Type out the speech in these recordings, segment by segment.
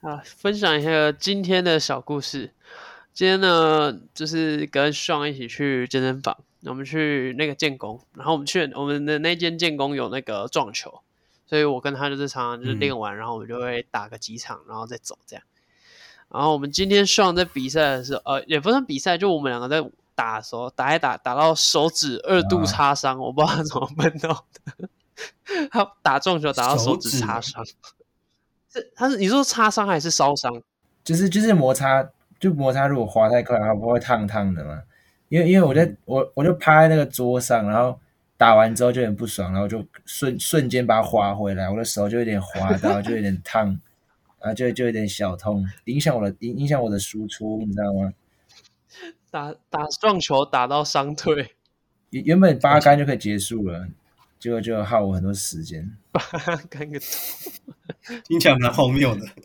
啊，分享一下今天的小故事。今天呢，就是跟 Sean 一起去健身房，我们去那个建工，然后我们的那间建工有那个撞球，所以我跟他就是常常就是练完，然后我们就会打个几场，然后再走这样。然后我们今天 Sean 在比赛的时候，也不算比赛，就我们两个在打的时候，打到手指2度擦伤，我不知道他怎么办到的。他打撞球打到手指擦伤。你说擦伤还是烧伤？ 就是摩擦，摩擦如果滑太快，它不会烫烫的嘛？因为我就趴在那个桌上，然后打完之后就有点不爽，然后就瞬间把它滑回来，我的手就有点滑到，就有点烫，啊，就有点小痛，影响我的输出，你知道吗？ 打撞球打到伤退， 原本8杆就可以结束了，结果就耗我很多时间。 8杆个头， 听起来蛮荒谬的。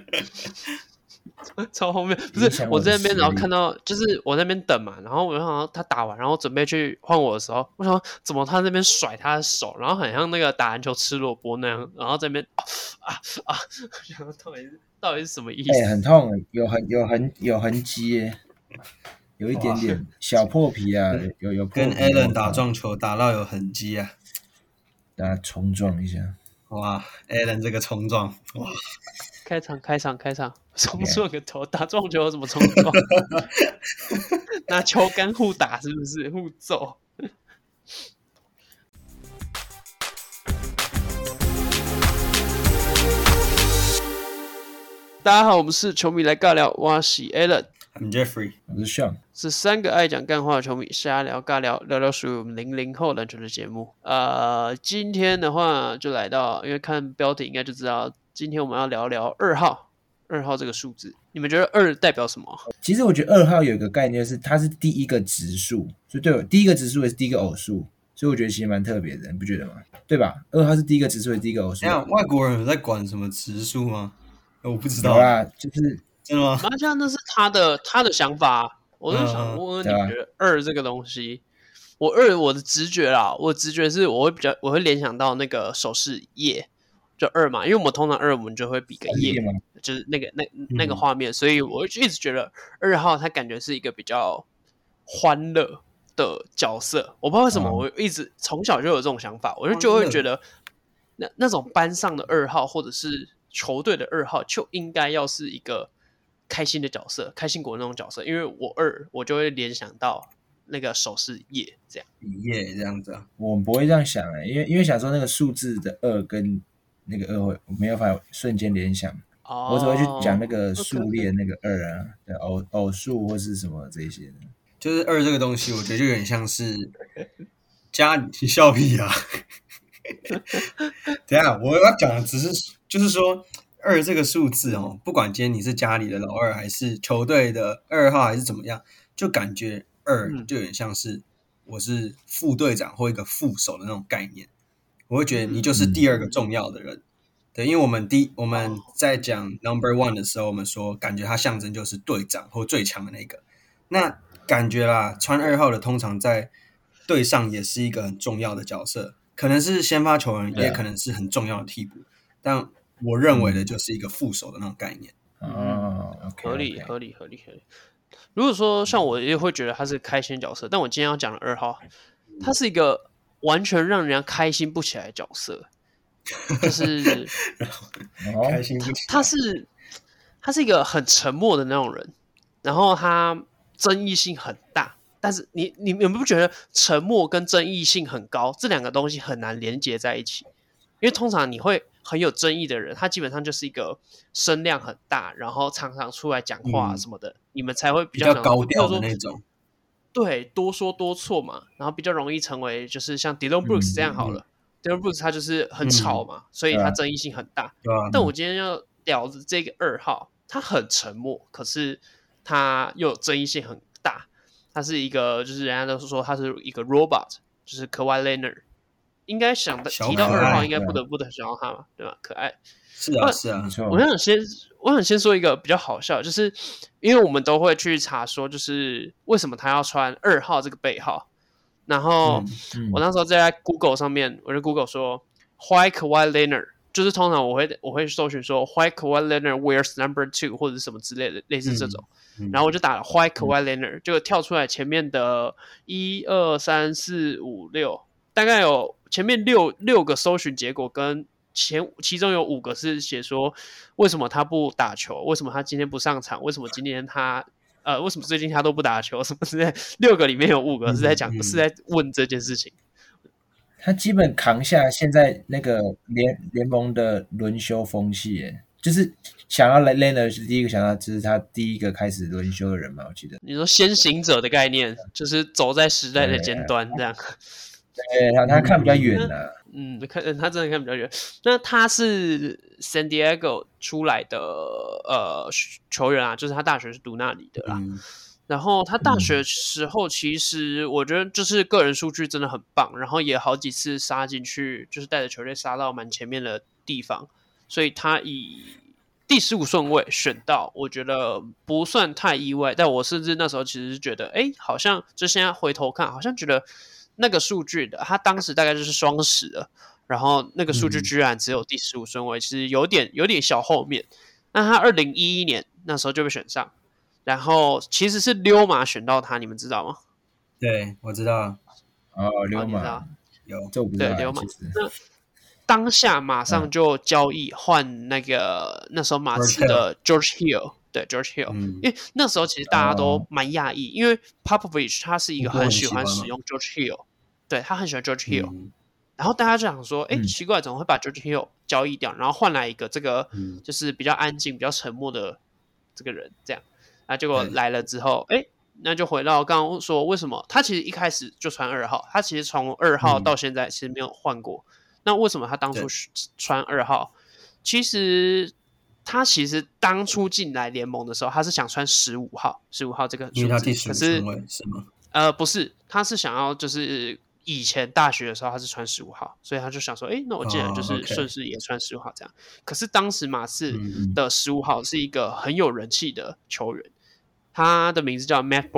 超后面不是我在那边，然后看到就是我在那边等嘛，然后我就想到他打完，然后准备去换我的时候，我想怎么他那边甩他的手，然后很像那个打篮球吃萝卜那样，然后在那边然后到底是什么意思？ 很痛，有痕迹耶，有一点点小破皮啊，有破皮。 跟 Alan 打撞球打到有痕迹啊， 大家冲撞一下。 哇 ，Alan 这个冲撞，哇！ 开场，冲撞个头，打撞球怎么冲撞？拿球杆互打是不是？互揍？大家好，我们是球迷来尬聊，我是 Alan，I'm Jeffrey， 我是 Sean， 是3个爱讲干话的球迷，瞎聊尬聊，聊聊属于我们00后篮球的节目。今天的话就来到，因为看标题应该就知道，今天我们要聊聊2号这个数字。你们觉得2代表什么？ 其实我觉得2号有一个概念是，它是第一个质数，所以对我第一个质数也是第一个偶数，所以我觉得其实蛮特别的，你不觉得吗？对吧？2号是第一个质数，也是第一个偶数。 外国人有在管什么质数吗？我不知道。 有啦，就是真的吗？ 麻将那是他的想法，我就想问问你们觉得2这个东西，我的直觉啦，我的直觉是我会联想到那个手势页，就2嘛，因为我们通常2我们就会比个页，就是那个画面，所以我就一直觉得2号它感觉是一个比较欢乐的角色，我不知道为什么，我一直从小就有这种想法，我就会觉得那种班上的2号或者是球队的2号就应该要是一个开心的角色，开心果那种角色，因为我就会联想到那个手势页这样， 页这样子啊。 我不会这样想因为想说那个数字的2跟那个2会没有办法瞬间联想，我只会去讲那个数列那个2啊，偶数或是什么这些的。 就是2这个东西，我觉得就有点像是家里笑屁啊。等一下我要讲的只是就是说2这个数字哦，不管今天你是家里的老2还是球队的2号还是怎么样，就感觉2就有点像是我是副队长或一个副手的那种概念，我会觉得你就是第2个重要的人。对，因为我们在讲 number 1的时候，我们说感觉它象征就是队长或最强的那个，那感觉啦，穿2号的通常在队上也是一个很重要的角色，可能是先发球员，也可能是很重要的替补，但我认为的就是一个副手的那种概念。 合理。如果说像我也会觉得他是开心角色，但我今天要讲的2号，他是一个完全让人家开心不起来的角色，就是开心不起来。 他是一个很沉默的那种人，然后他争议性很大，但是你有没有觉得沉默跟争议性很高这两个东西很难连接在一起？因为通常你会很有争议的人，他基本上就是一个声量很大，然后常常出来讲话什么的，你们才会比较高调的那种。 对，多说多错嘛，然后比较容易成为就是像 Dillon Brooks 这样好了。Dillon Brooks 他就是很吵嘛，所以他争议性很大。但我今天要聊的这个2号，他很沉默，可是他又争议性很大。他是一个，就是人家都说他是一个 robot， 就是 Kawhi Leonard。应该提到2号，应该不得不想到他嘛，对吧？可爱。 是啊，没错。 我想先说一个比较好笑，就是因为我们都会去查说，就是为什么他要穿2号这个背号。然后我那时候在 Google 上面，我就 Google 说 Why Kawhi Leonard 就是通常我会搜寻说 Why Kawhi Leonard wears number 2或者什么之类的，类似这种。然后我就打了 Why Kawhi Leonard，就跳出来前面的1、2、3、4、5、6，大概有前面六个搜寻结果跟其中有5个是写说为什么他不打球，为什么他今天不上场，为什么今天他为什么最近他都不打球什么之类，6个里面有5个是在讲是在问这件事情。 他基本扛下现在那个联盟的轮休风气耶，就是想要Leonard是第一个想到，就是他第一个开始轮休的人嘛，我记得。 你说先行者的概念，就是走在时代的尖端这样。 对，他看比较远啊。 他真的看比较远。那他是 San Diego 出来的球员啊，就是他大学是读那里的啦。然后他大学时候，其实我觉得就是个人数据真的很棒，然后也好几次杀进去，就是带着球队杀到蛮前面的地方，所以他以第15顺位选到，我觉得不算太意外。但我甚至那时候其实是觉得，好像就现在回头看，好像觉得那个数据的，他当时大概就是双10了，然后那个数据居然只有第15顺位，其实有点小后面。那他2011年那时候就被选上。然后其实是溜马选到他，你们知道吗？ 对，我知道。 溜马有， 这我不知道。 对，溜马。那当下马上就交易换那个那时候马刺的 George Hill， 对 George Hill，因为那时候其实大家都蛮讶异，因为 Popovich 他是一个很喜欢使用 George Hill， 对他很喜欢 George Hill，然后大家就想说，奇怪，怎么会把 George Hill 交易掉，然后换来一个这个就是比较安静、比较沉默的这个人，这样。那结果来了之后，那就回到刚刚说，为什么他其实一开始就穿2号，他其实从2号到现在其实没有换过。那为什么他当初穿2号？其实他当初进来联盟的时候，他是想穿15号，15号这个数字， 因为他第15顺位是吗？ 不是，他是想要就是以前大学的时候他是穿15号，所以他就想说，那我既然就是顺势也穿15号这样。可是当时马刺的15号是一个很有人气的球员。他的名字叫 Matt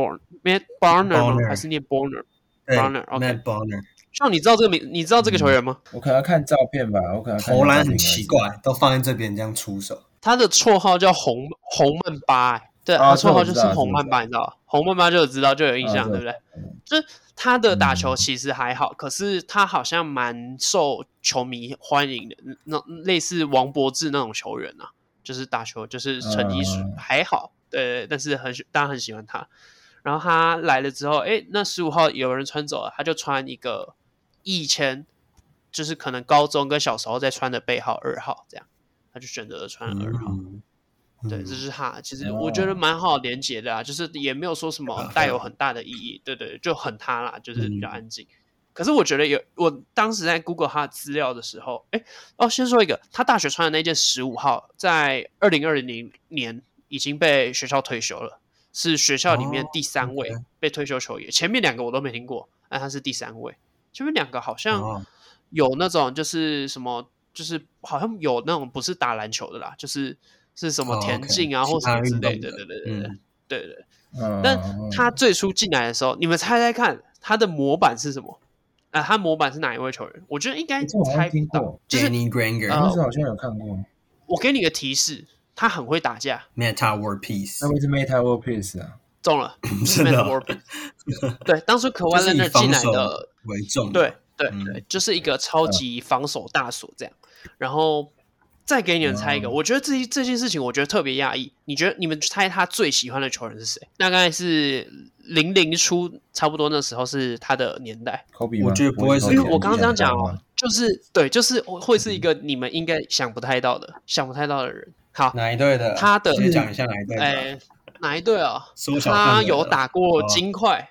Barner 吗？还是念 Barner？Barner，OK。像你知道这个你知道这个球员吗？ 我可能要看照片吧，我可能投篮很奇怪，都放在这边这样出手。 他的绰号叫红曼巴，对，他绰号就是红曼巴，你知道吗？红曼巴就知道，就有印象，对不对？就是他的打球其实还好，可是他好像蛮受球迷欢迎的，那类似王柏志那种球员啊，就是打球就是成绩还好。对，但是大家很喜欢他。然后他来了之后，那15号有人穿走了，他就穿一个以前就是可能高中跟小时候在穿的背号2号，这样他就选择了穿2号。对，这是他。其实我觉得蛮好连结的啊，就是也没有说什么带有很大的意义。对，就很他啦，就是比较安静。可是我觉得我当时在 Google 他的资料的时候，先说一个，他大学穿的那件15号，在2020年。已经被学校退休了，是学校里面第3位被退休球员。前面2个我都没听过，但他是第3位。前面2个好像有那种就是什么，就是好像有那种不是打篮球的啦，是什么田径啊或什么之类的。对。但他最初进来的时候，你们猜猜看，他的模板是什么？他模板是哪一位球员？我觉得应该猜不到，就是 Danny Granger， 那时候好像有看过。 我给你个提示。他很会打架 ，Meta World Peace， 那会是 Meta World Peace 啊， 中了，是 Meta World Peace。对，当初Kawhi Leonard 进来的为重， 对，就是一个超级防守大锁这样。然后再给你们猜一个，我觉得这件事情我觉得特别讶异。你们猜他最喜欢的球员是谁？大概是00初，差不多那时候是他的年代。 我觉得不会是， 因为我刚刚这样讲哦，就是会是一个你们应该想不太到的人。好， 哪一队的？ 他的先讲一下哪一队？ 哪一队啊？他有打过金块，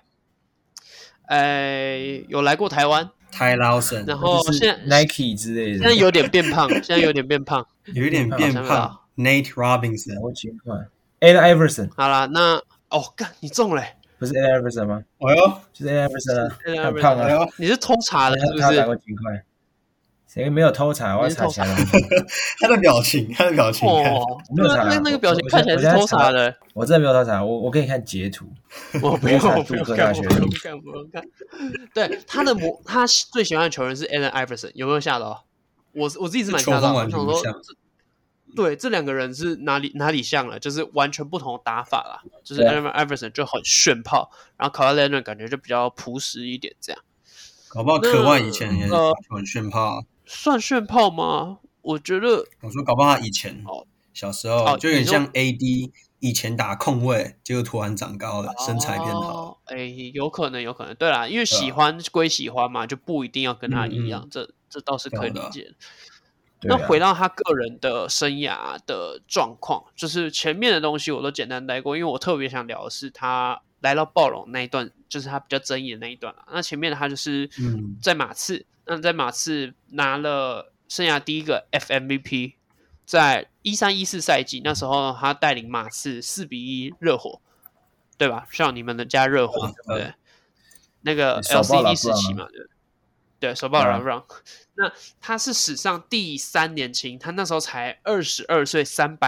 有来过台湾。 Ty Lawson， 然后现在 Nike 之类的， 现在有点变胖， 有一点变胖。Nate Robinson， 我金块 ，Allen Iverson。 好啦，那干你中了， 不是 Allen Iverson 吗？就是 Allen Iverson 啊，很胖啊。 你是偷查的是不是？ 他打过金块。谁没有偷查？我要查起来。 他的表情， 我没有查。 那个表情看起来是偷查的。 我真的没有偷查，我给你看截图。 我不用看。对，他最喜欢的球员是 Allen Iverson， 有没有吓到？ 我自己是蛮吓到的，我想说对，这两个人是哪里像了，就是完全不同的打法啦。就是 Allen Iverson 就很炫炮，然后 Kawhi Leonard 感觉就比较朴实一点这样。 搞不好可外以前也很炫炮算炫炮吗？我觉得， 我说搞不好他以前小时候就有点像 AD 以前打控卫，结果突然长高了，身材变好。 有可能。对啦，因为喜欢归喜欢嘛，就不一定要跟他一样，这倒是可以理解。那回到他个人的生涯的状况，就是前面的东西我都简单带过，因为我特别想聊的是他来到暴龙那一段，就是他比较争议的那一段啦。那前面的他就是在马刺，那在马刺拿了生涯第一个 FMVP， 在13-14赛季，那时候他带领马刺4-1热火，对吧？像你们的家热火，对，那个 LCD 时期嘛，对，手爆LeBron。那他是史上第3年轻，他那时候才22岁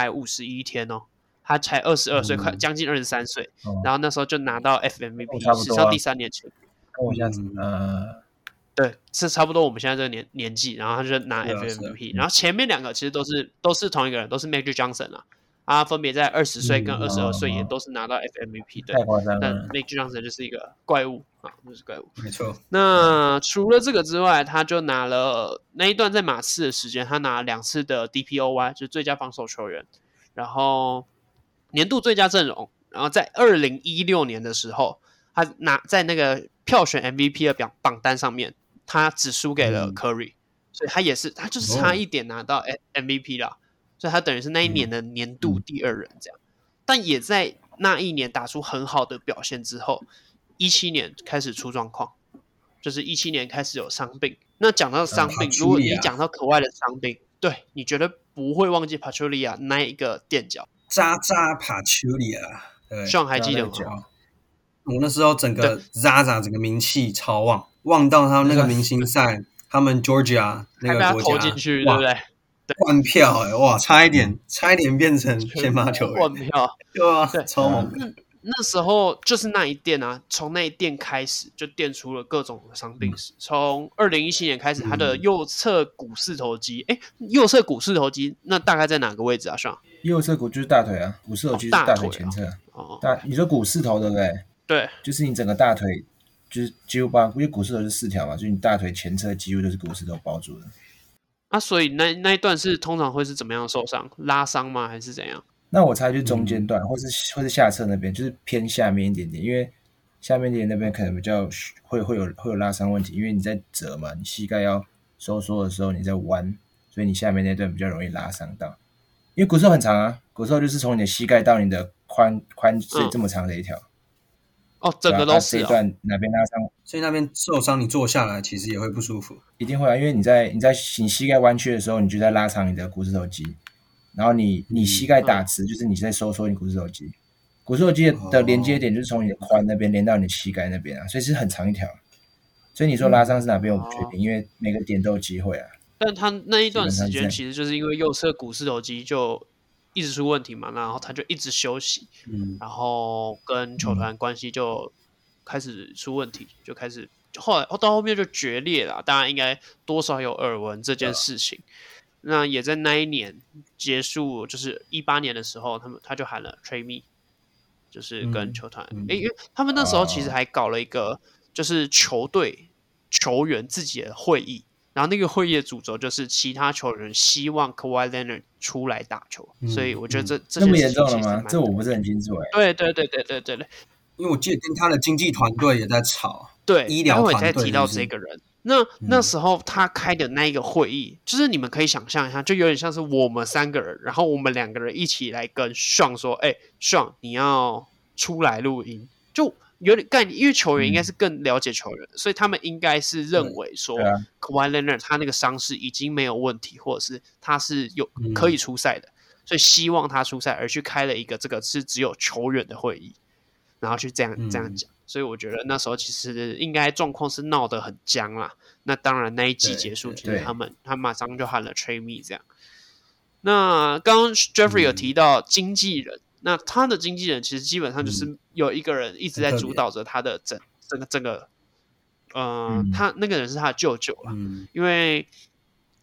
351天哦，他才22岁，快将近23岁，然后那时候就拿到 FMVP，史上第3年轻。 跟我一下子， 对，是差不多我们现在这个年纪，然后他就拿 FMVP，然后前面两个其实都是同一个人，都是 Magic Johnson 啦。他分别在20岁跟22岁也都是拿到 FMVP， 对，但 Magic Johnson 就是一个怪物啊，就是怪物， 没错。 那除了这个之外，他就拿了那一段在马刺的时间，他拿了2次的 DPOY， 就是最佳防守球员，然后年度最佳阵容，然后在2016年的时候，他在那个票选 MVP 的榜单上面，他只输给了 Curry，所以他就是差一点拿到 MVP 啦。所以他等于是那一年的年度第2人这样，但也在那一年打出很好的表现之后，17年开始出状况，就是17年开始有伤病。那讲到伤病，如果你讲到可外的伤病，对，你绝对不会忘记 Pachulia 那一个垫脚， 渣 Pachulia， 对， Sean 还记得吗？ 我那时候整个渣整个名气超旺到他们那个明星赛，他们 Georgia 那个国家投进去，对不对？ 灌票哇，差一点变成先发球员， 灌票， 对啊，超猛。 那时候就是那一垫啊，从那一垫开始就垫出了各种的伤病史。从2017年开始，他的右侧股四头肌，右侧股四头肌那大概在哪个位置啊？上右侧股就是大腿啊，股四头肌是大腿前侧。你说股四头对不对？ 对， 就是你整个大腿就是几乎因为股四头是4条嘛，所以你大腿前侧几乎都是股四头包住的。 所以那一段是通常会是怎么样受伤？拉伤吗？还是怎样？ 那我猜就是中间段，或是下侧那边，就是偏下面一点点，因为下面一点那边可能比较会有拉伤问题，因为你在折嘛，你膝盖要收缩的时候你在弯，所以你下面那段比较容易拉伤到。因为股四头很长啊，股四头就是从你的膝盖到你的髋这么长的一条。 整个都是这一段哪边拉伤， 所以那边受伤，你坐下来其实也会不舒服。 一定会啊，因为你在你膝盖弯曲的时候，你就在拉长你的股四头肌，然后你膝盖打直，就是你在收缩你股四头肌。股四头肌的连接点就是从你的髋那边连到你的膝盖那边啊，所以是很长一条。所以你说拉伤是哪边我不确定，因为每个点都有机会啊。 但他那一段时间其实就是因为右侧股四头肌就一直出问题嘛，然后他就一直休息，然后跟球团关系就开始出问题，就开始后来到后面就决裂了。大家应该多少有耳闻这件事情。那也在那一年结束，就是18年的时候，他就喊了 Trade Me， 就是跟球团，因为他们那时候其实还搞了一个就是球队球员自己的会议。然后那个会议的主轴就是其他球员希望 Kawhi Leonard 出来打球，所以我觉得这那么严重了吗？这我不是很清楚对， 因为我记得跟他的经纪团队也在吵， 对， 医疗团队待会再提到这个人。那时候他开的那一个会议，就是你们可以想象一下，就有点像是我们3个人，然后我们2个人一起来跟 Sean 说，Sean 你要出来录音，就有点概念，因为球员应该是更了解球员的，所以他们应该是认为说 Kawhi Leonard 他那个伤势已经没有问题，或者是他是可以出赛的，所以希望他出赛，而去开了一个这个是只有球员的会议，然后去这样讲。所以我觉得那时候其实应该状况是闹得很僵啦。那当然那一季结束，其实他马上就喊了 Trade Me 这样。那刚刚 Jeffrey 有提到经纪人。那他的经纪人其实基本上就是有一个人一直在主导着他的整个他那个人是他的舅舅啦，因为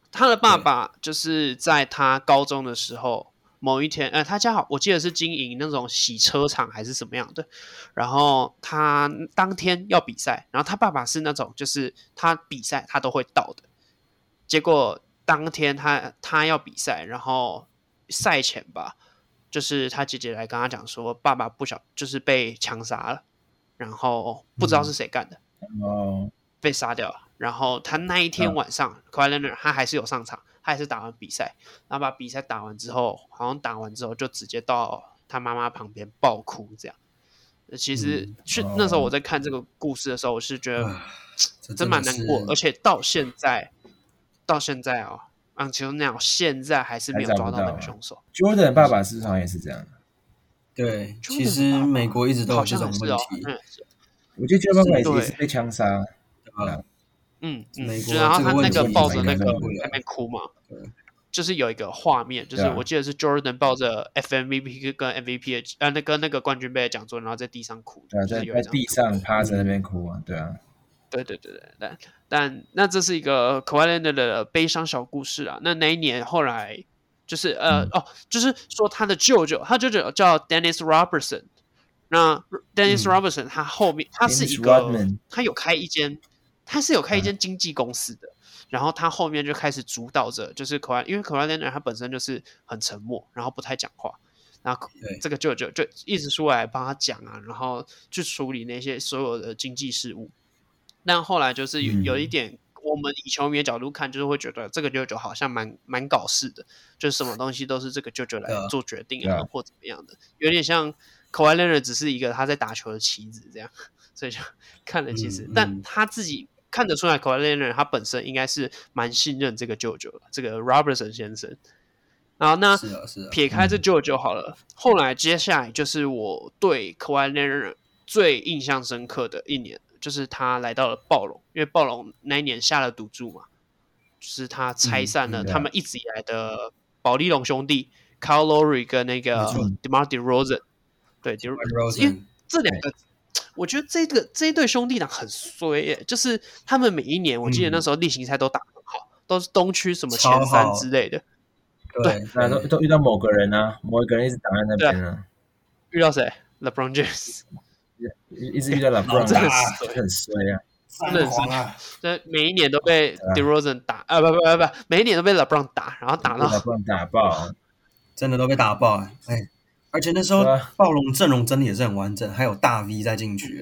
他的爸爸就是在他高中的时候某一天，他家我记得是经营那种洗车场还是什么样的，然后他当天要比赛，然后他爸爸是那种就是他比赛他都会到的，结果当天他要比赛，然后赛前吧，就是他姐姐来跟他讲说，爸爸就是被枪杀了，然后不知道是谁干的，被杀掉了。然后他那一天晚上 Kawhi Leonard 他还是有上场，他还是打完比赛，然后把比赛打完之后，好像打完之后就直接到他妈妈旁边爆哭这样。其实那时候我在看这个故事的时候，我是觉得真蛮难过，而且到现在哦，Antonio 现在还是没有抓到那个凶手。 Jordan 爸爸是不是好像也是这样？ 对，其实美国一直都有这种问题。 我记得 Jordan 爸爸也是被枪杀。 美国然后他那个抱着那个在那边哭嘛，就是有一个画面，就是我记得是 Jordan 抱着 FMVP 跟 MVP 的那个冠军杯的讲座，然后在地上哭， 对，在地上趴在那边哭啊，对啊， 对，但那这是一个 Kawhi Leonard 的悲伤小故事啊。那一年后来就是就是说他舅舅叫 Dennis Robertson， 那 Dennis Robertson 他后面他是一个他有开一间经纪公司的，然后他后面就开始主导着，就是因为 Kawhi Leonard 他本身就是很沉默，然后不太讲话，然后这个舅舅就一直出来帮他讲啊，然后去处理那些所有的经济事务。但后来就是有一点，我们以球迷的角度看，就是会觉得这个舅舅好像蛮搞事的，就是什么东西都是这个舅舅来做决定啊，或怎么样的，有点像 Kawhi Leonard 只是一个他在打球的棋子这样，所以就看了其实，但他自己看得出来 Kawhi Leonard 他本身应该是蛮信任这个舅舅的，这个 Robertson 先生。然后那撇开这舅舅好了，后来接下来就是我对 Kawhi Leonard 最印象深刻的一年，就是他来到了暴龙，因为暴龙那一年下了赌注嘛，就是他拆散了他们一直以来的保利龙兄弟 Kyle Lowry 跟那个 DeMar DeRozan， 对，因为这两个。我觉得这一对兄弟党很衰耶，就是他们每一年，我记得那时候例行赛都打很好，都是东区什么前3之类的。 对， 都遇到某个人啊，某一个人一直挡在那边啊。 遇到谁 ？LeBron James， 一直遇到 LeBron， 真的很衰啊， 真的是，对，每一年都被 DeRozan 打不，每一年都被 LeBron 打，然后打到 LeBron 打爆， 真的都被打爆哎。而且那时候暴龙阵容真的也是很完整，还有大 V 在禁区。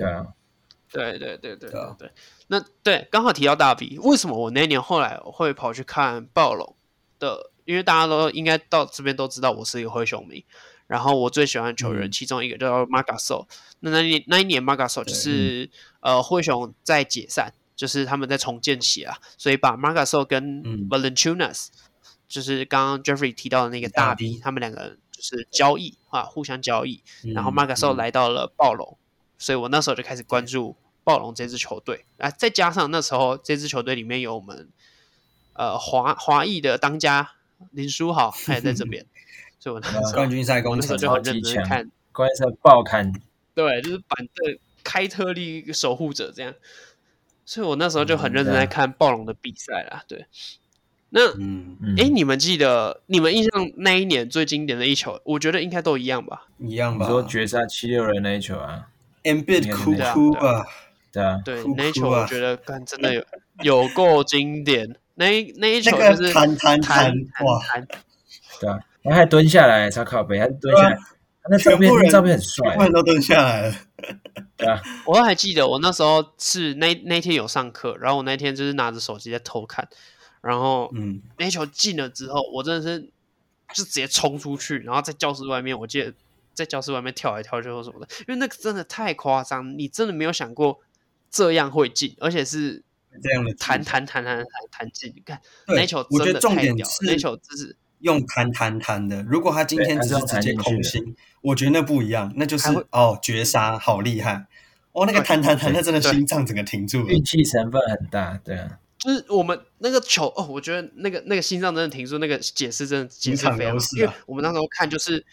对。那对，刚好提到大 V， 为什么我那一年后来会跑去看暴龙的？因为大家都应该到这边都知道我是一个灰熊迷，然后我最喜欢的球员其中一个叫 Marc Gasol。那一年 Marc Gasol 就是灰熊在解散，就是他们在重建起啊，所以把 Marc Gasol 跟 Valanciunas，就是刚刚 Jeffrey 提到的那个大 V， 他们两个人就是交易啊，互相交易，然后 Marc Gasol 来到了暴龙，所以我那时候就开始关注暴龙这支球队啊，再加上那时候这支球队里面有我们华裔的当家林书豪，他也在这边，所以我那时候冠军赛工程就很认真看， 冠军赛爆看， 对，就是板凳开特利守护者这样，所以我那时候就很认真在看暴龙的比赛啦，对。那你们记得你们印象那一年最经典的一球，我觉得应该都一样吧？ 一样吧？ 你说绝杀76人那一球啊 ，Embiid 哭吧？ 对啊， 对，那一球我觉得真的有够经典。那一球就是弹哇， 对啊，然后还蹲下来，超靠北，还蹲下来，那照片很帅， 全部人都蹲下来了。 对啊， 我还记得我那时候是那天有上课，然后我那天就是拿着手机在偷看。然后，那球进了之后，我真的是就直接冲出去，然后在教室外面，我记得在教室外面跳来跳去或什么的，因为那个真的太夸张，你真的没有想过这样会进，而且是这样的弹进。你看那球真的太屌了，那球就是用弹的。如果他今天只是直接空心，我觉得那不一样，那就是绝杀，好厉害哦！那个弹，那真的心脏整个停住了， 运气成分很大，对啊。 就是我们那个球我觉得那个心脏真的停住，那个解释真的解释非常好，因为我们那时候看就是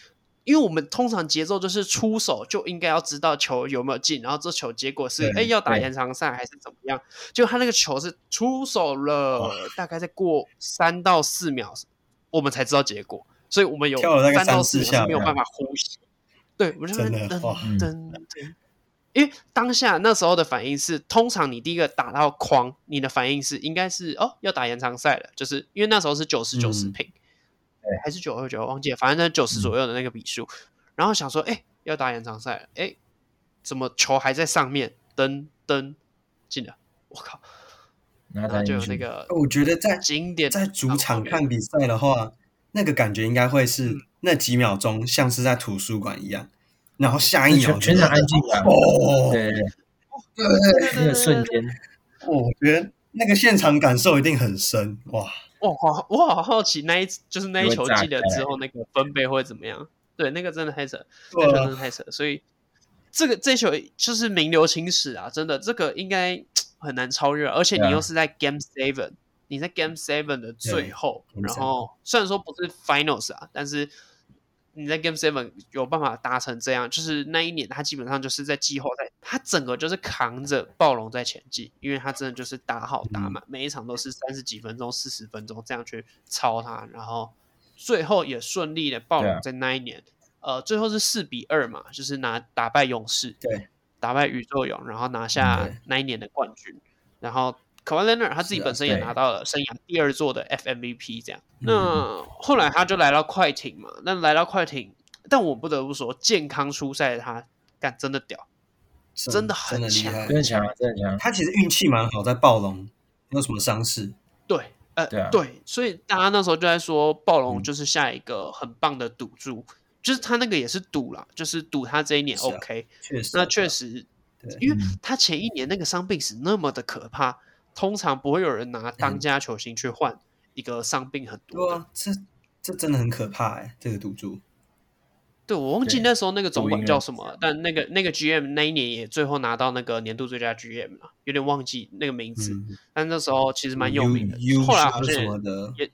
因为我们通常节奏就是出手就应该要知道球有没有进，然后这球结果是要打延长赛还是怎么样，结果他那个球是出手了，大概再过3到4秒我们才知道结果，所以我们有3到4秒是没有办法呼吸。对，我就真的噔，因为当下那时候的反应是，通常你第一个打到框，你的反应是应该是要打延长赛了，就是因为那时候是90-90平，还是92-9忘记了，反正90左右的那个比数，然后想说要打延长赛了，怎么球还在上面，噔进了，我靠！然后就有那个， 我觉得经典在主场看比赛的话，那个感觉应该会是那几秒钟像是在图书馆一样，然后下一秒全场安静啊！对，那个瞬间， 我觉得那个现场感受一定很深哇！ 我好好奇就是那一球进了之后那个分贝会怎么样？对，那个真的太扯，那球真的太扯，所以这球就是名留青史啊！真的，这个应该很难超越，而且你又是在 Game 7，你在 Game 7的最后，然后虽然说不是 Finals 啊，但是你在 Game 7有办法达成这样，就是那一年他基本上就是在季后赛，他整个就是扛着暴龙在前进，因为他真的就是打好打满，每一场都是30几分钟、40分钟这样去操他，然后最后也顺利的暴龙在那一年，最后是4-2嘛，就是打败勇士， 对， 打败宇宙勇，然后拿下那一年的冠军，然后Kawhi Leonard 他自己本身也拿到了生涯第2座的 FMVP 这样。那后来他就来到快艇嘛，那来到快艇，但我不得不说，健康出赛的他，干真的屌，真的很强， 真的强，真的强。 他其实运气蛮好，在暴龙没有什么伤势。 对，对，所以大家那时候就在说，暴龙就是下一个很棒的赌注，就是他那个也是赌啦，就是赌他这一年 OK。那确实，因为他前一年那个伤病史那么的可怕。通常不会有人拿当家球星去换一个伤病很多的。 这真的很可怕这个赌注。 对，我忘记那时候那个总管叫什么，但那个 GM 那一年也最后拿到那个年度最佳 GM 了，有点忘记那个名字。但那时候其实蛮有名的，后来好像也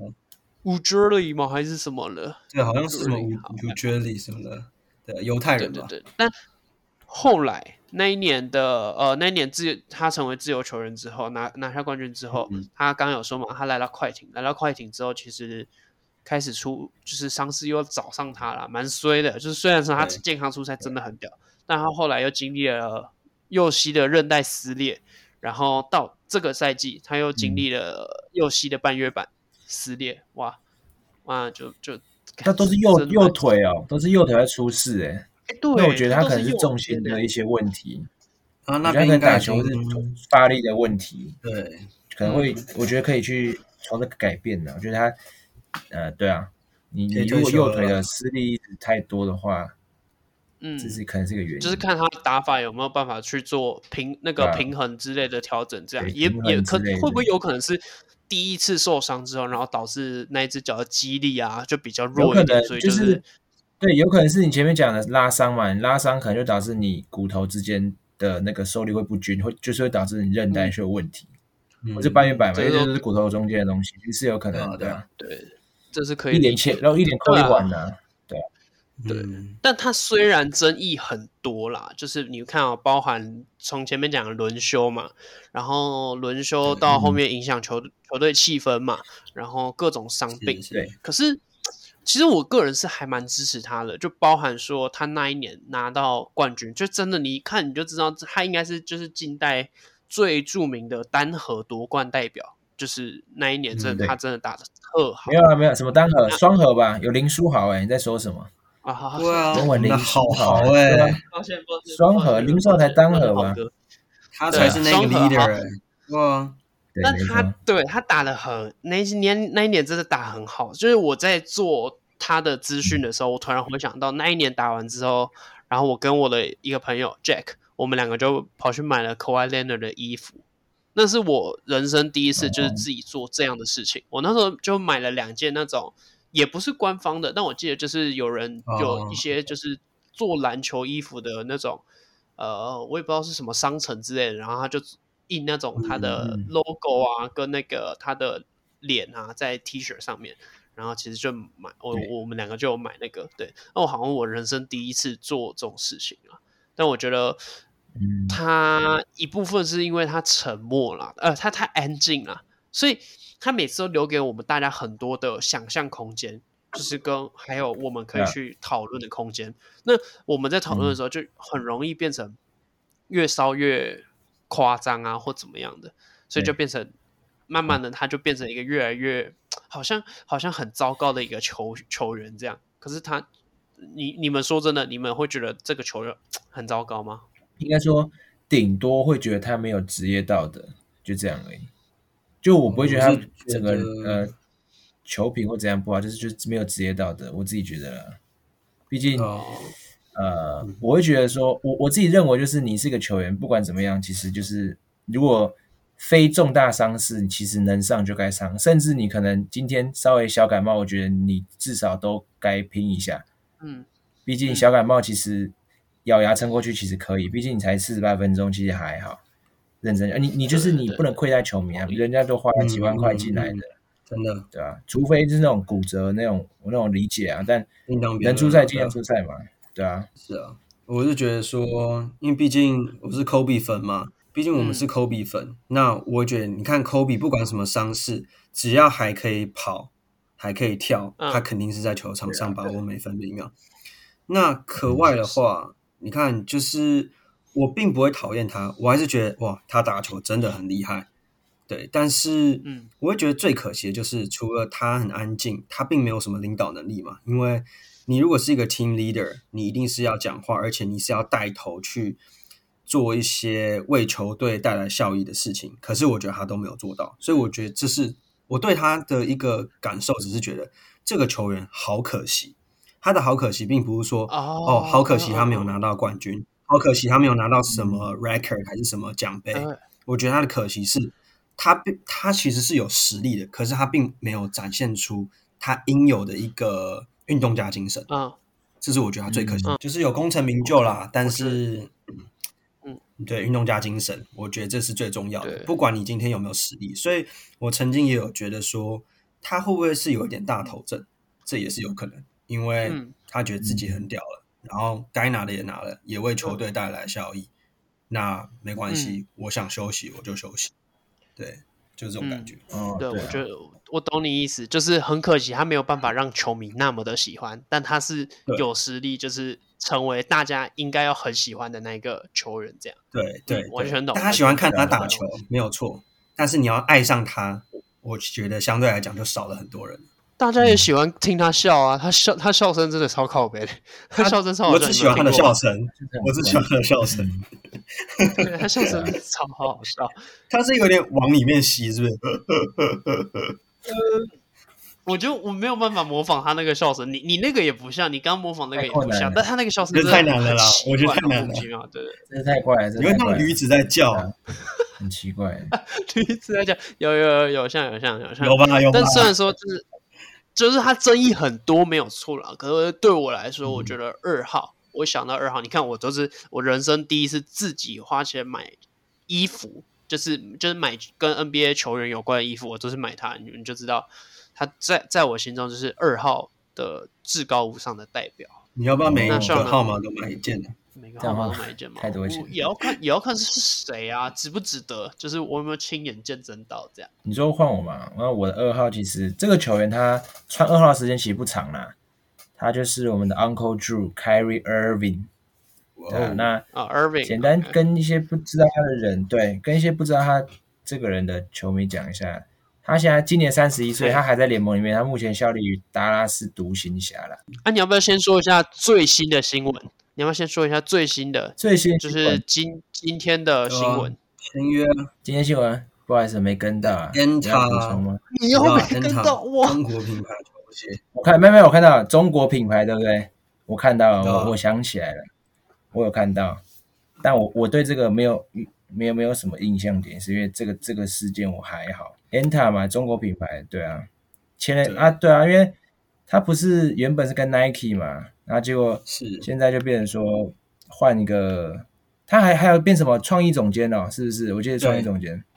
Ujiri 吗？还是什么了？ 对，好像是什么 Ujiri 什么的，对，犹太人吧。 对，但后来那一年他成为自由球员之后，拿下冠军之后，他刚有说嘛，他来到快艇之后，其实开始就是伤势又找上他了，蛮衰的。就是虽然说他健康出赛真的很屌，但他后来又经历了右膝的韧带撕裂，然后到这个赛季他又经历了右膝的半月板撕裂，哇，就他都是右腿哦，都是右腿在出事对， 那我觉得他可能是重心的一些问题，那边应该打球是发力的问题， 对， 可能会，我觉得可以去从这个改变的。我觉得他，对啊，你如果右腿的施力太多的话，这是可能是个原因， 就是看他打法有没有办法去做平衡之类的调整，这样也会不会有可能是第一次受伤之后，然后导致那一只脚的肌力啊就比较弱一点，所以就是对，有可能是你前面讲的拉伤嘛，拉伤可能就导致你骨头之间的那个受力会不均，就是会导致你韧带是有问题，或者半月板嘛，因为就是骨头中间的东西，是有可能的。 对，这是可以然后一点扣一环的， 对，但它虽然争议很多啦，就是你看包含从前面讲的轮休嘛，然后轮休到后面影响球队气氛嘛，然后各种伤病， 对， 可是。其实我个人是还蛮支持他的，就包含说他那一年拿到冠军，就真的你一看你就知道他应该是就是近代最著名的单核夺冠代表，就是那一年他真的打得特好。 没有什么单核，双核吧，有林书豪你在说什么？ 对啊， 中文林书豪双核林书豪才单核吧？ 他才是那个 leader 哇。 但他打得很那一年真的打很好，就是我在做他的资讯的时候，我突然回想到那一年打完之后，然后我跟我的一个朋友 Jack， 我们两个就跑去买了 Kawhi Leonard 的衣服，那是我人生第一次就是自己做这样的事情。我那时候就买了2件那种也不是官方的，但我记得就是有一些就是做篮球衣服的那种，我也不知道是什么商城之类的，然后他就印那种他的 logo 啊，跟那个他的脸啊在 T 恤上面， 然后其实就买我们2个就有买那个，对，那我好像我人生第一次做这种事情啊，但我觉得他一部分是因为他沉默啦，他太安静了，所以他每次都留给我们大家很多的想象空间，就是还有我们可以去讨论的空间。那我们在讨论的时候，就很容易变成越烧越夸张啊，或怎么样的，所以就变成慢慢的，他就变成一个越来越好像很糟糕的一个球员这样。可是你们说真的，你们会觉得这个球员很糟糕吗？ 应该说，顶多会觉得他没有职业道德，就这样而已。就我不会觉得他整个球评或怎样不好，就是没有职业道德，我自己觉得啦。毕竟我会觉得说，我自己认为就是你是个球员，不管怎么样，其实就是如果非重大伤势，其实能上就该上，甚至你可能今天稍微小感冒，我觉得你至少都该拼一下。毕竟小感冒其实咬牙撑过去其实可以，毕竟你才48分钟，其实还好。认真，你就是你不能亏待球迷啊，人家都花了几万块进来的， 真的， 对吧？除非是那种骨折那种理解啊，但能出赛尽量出赛嘛，对啊。 是啊，我是觉得说，因为毕竟我是 Kobe 粉嘛，毕竟我们是 Kobe 粉，那我觉得你看 Kobe 不管什么伤势，只要还可以跑，还可以跳，他肯定是在球场上把握每分每秒。那可外的话，你看就是我并不会讨厌他，我还是觉得哇，他打球真的很厉害。对，但是我会觉得最可惜的就是除了他很安静，他并没有什么领导能力嘛，因为你如果是一个 team leader， 你一定是要讲话，而且你是要带头去做一些为球队带来效益的事情，可是我觉得他都没有做到，所以我觉得这是我对他的一个感受，只是觉得这个球员好可惜。他的好可惜并不是说好可惜他没有拿到冠军，好可惜他没有拿到什么 record 还是什么奖杯，我觉得他的可惜是他其实是有实力的，可是他并没有展现出他应有的一个运动家精神，这是我觉得他最可惜，就是有功成名就啦，但是对运动家精神，我觉得这是最重要的，不管你今天有没有实力。所以我曾经也有觉得说他会不会是有一点大头症，这也是有可能，因为他觉得自己很屌了，然后该拿的也拿了，也为球队带来效益，那没关系，我想休息我就休息，对，就是这种感觉。 对，我觉得我懂你意思，就是很可惜他没有办法让球迷那么的喜欢，但他是有实力，就是成为大家应该要很喜欢的那个球员，这样。 对， 完全懂。 但他喜欢看他打球，没有错，但是你要爱上他，我觉得相对来讲就少了很多人。 大家也喜欢听他笑啊，他笑声真的超靠北的，他笑声超好笑。 我只喜欢他的笑声， 对，他笑声超好笑。 他是有点往里面吸，是不是？ 我觉得我没有办法模仿他那个笑声，你那个也不像，你刚模仿那个也不像，但他那个笑声真的太难了啦，我觉得太难了， 对， 真的太怪了， 因为像驴子在叫， 很奇怪。 驴子在叫，有像， 有吧？ 但虽然说就是他争议很多没有错啦，可是对我来说，我觉得2号，我想到2号，你看我都是我人生第一次自己花钱买衣服，就是买跟 NBA 球员有关的衣服，我都是买它，你们就知道他在我心中就是2号的至高无上的代表。 你要不要每一个号码都买一件呢？ 每个号码都买一件嘛， 太多钱， 也要看是谁啊，值不值得，就是我有没有亲眼见证到这样。 你说换我嘛？那我的2号其实这个球员他穿2号的时间其实不长啦，他就是我们的 Uncle Drew Kyrie Irving。对啊，那 Irving 简单跟一些不知道他的人，对，跟一些不知道他这个人的球迷讲一下，他现在今年31岁，他还在联盟里面，他目前效力于达拉斯独行侠啦。 你要不要先说一下最新的新闻？你要不要先说一下最新就是今天的新闻？ 签约今天新闻，不好意思没跟到啊。 Enta 你又没跟到哇？ 中国品牌球鞋， 我看到中国品牌，对不对？我看到了，我想起来了，我有看到，但我对这个没有什么印象点，是因为这个事件我还好。Enta 嘛，中国品牌，对啊，签了啊，对啊，因为他不是原本是跟 Nike 嘛，然后结果现在就变成说换一个，他还有变什么创意总监哦，是不是？我记得创意总监，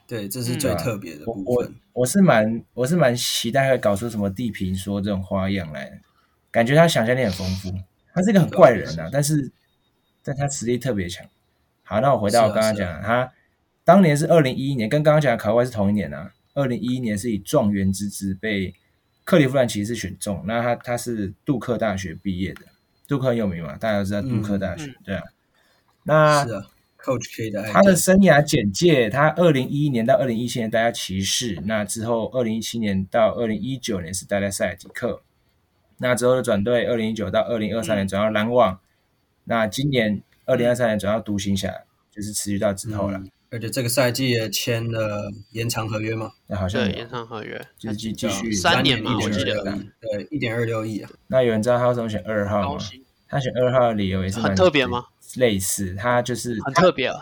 对，这是最特别的部分。 我是蛮期待会搞出什么地平说这种花样来的，感觉他想象力很丰富。他是一个很怪人啊，但他实力特别强。好，那我回到我刚刚讲的，他当年是2011年，跟刚刚讲的卡哇伊是同一年啊。2011年是以状元之姿被克利夫兰骑士选中，那他是杜克大学毕业的，杜克很有名嘛，大家都知道杜克大学，对啊。那是啊 ，Coach K 的他的生涯简介，他2011年到2017年待在骑士，那之后2017年到2019年是待在塞尔提克，那之后的转队2019到2023年转到篮网，那今年2023年转到独行侠，就是持续到之后了。 而且这个赛季也签了延长合约嘛？ 好像对，延长合约， 就是继续 3年嘛，我记得。 对，1.26亿啊。 那有人知道他为什么选2号吗？他选2号的理由也是很特别吗？ 类似，他就是很特别啊。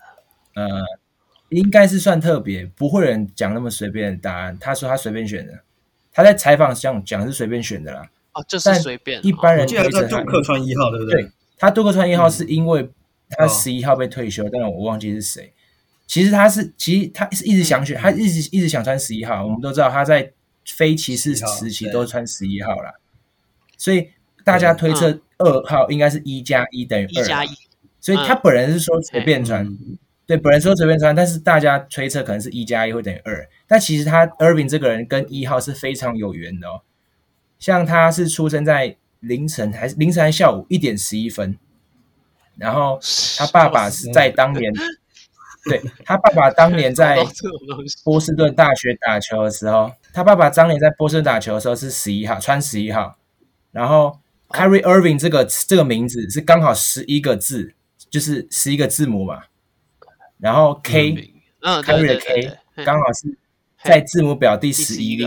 应该是算特别，不会有人讲那么随便的答案。他说他随便选的，他在采访上讲是随便选的啦。 就是随便。 一般人推测他杜克穿1号，对不对？ 对，他杜克穿1号是因为他11号被退休，但我忘记是谁。其实他是一直想选，他一直想穿11号。我们都知道他在非骑士时期都穿11号啦，所以大家推测2号应该是1+1等于2，所以他本人是说随便穿，对，本人说随便穿，但是大家推测可能是1+1会等于2，但其实他 Irving 这个人跟1号是非常有缘的哦。像他是出生在凌晨还是下午1点11分，然后他爸爸是在当年。对，他爸爸当年在波士顿大学打球的时候，他爸爸当年在波士顿打球的时候是11号，穿11号。然后 Kyrie Irving 这个名字是刚好11个字，就是11个字母嘛。然后 Kyrie 的 K 刚好是在字母表第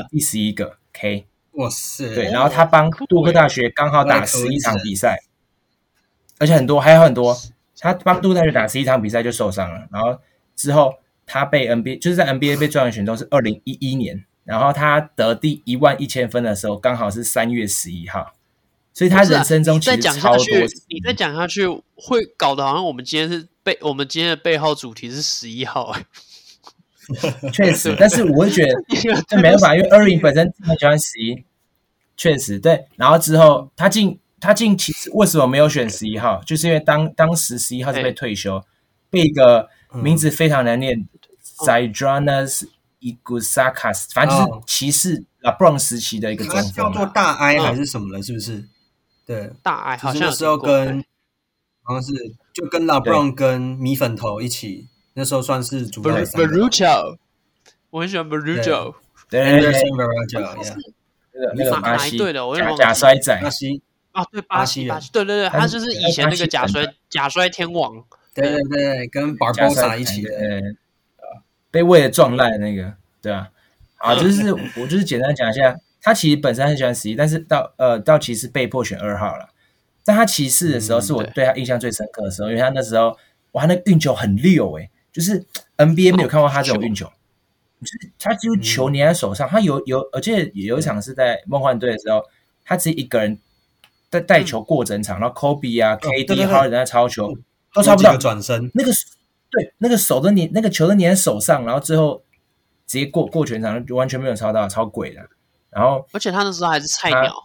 11个 K。 哇塞！ 对，然后他帮杜克大学刚好打11场比赛，而且还有很多。他帮杜克大学打11场比赛就受伤了，然后之后他被 NBA 就是在 NBA 被状元选中是2011年，然后他得第11000分的时候刚好是3月11号，所以他人生中其实超多。 你再讲下去会搞得好像我们今天的背号主题是11号。 确实，但是我会觉得这没办法，因为 Irving 本身很喜欢11，确实对。然后之后他进其实为什么没有选11号？就是因为当时11号是被退休，被一个名字非常难念 Zydrunas Igusakas， 反正就是骑士 LeBron 时期的一个中锋， 叫做大 I 还是什么了？是不是？对， 大 I 好像那时候好像是就跟 LeBron 跟米粉头一起，那时候算是主要三个。 我很喜欢 Barujo， 对 ，Anderson Varejao， 那个巴西对的，我假摔仔， 巴西。 对巴西，对，他就是以前那个假摔天王， 对，跟 Barbosa 一起的， 被为了撞烂那个，对啊，就是我就是简单讲一下，他其实本身很喜欢11，但是到骑士被迫选2号了。在他骑士的时候，是我对他印象最深刻的时候，因为他那时候哇，那个运球很溜就是 NBA 没有看过他这种运球，就是他几乎球粘在手上，他我记得有一场是在梦幻队的时候，他自己一个人。带球过整场，然后 Kobe 啊、KD 还有人在抄球，都抄不到。 转身， 那个手那个球都粘在手上，然后最后直接过全场，完全没有抄到，超鬼的。然后， 而且他那时候还是菜鸟，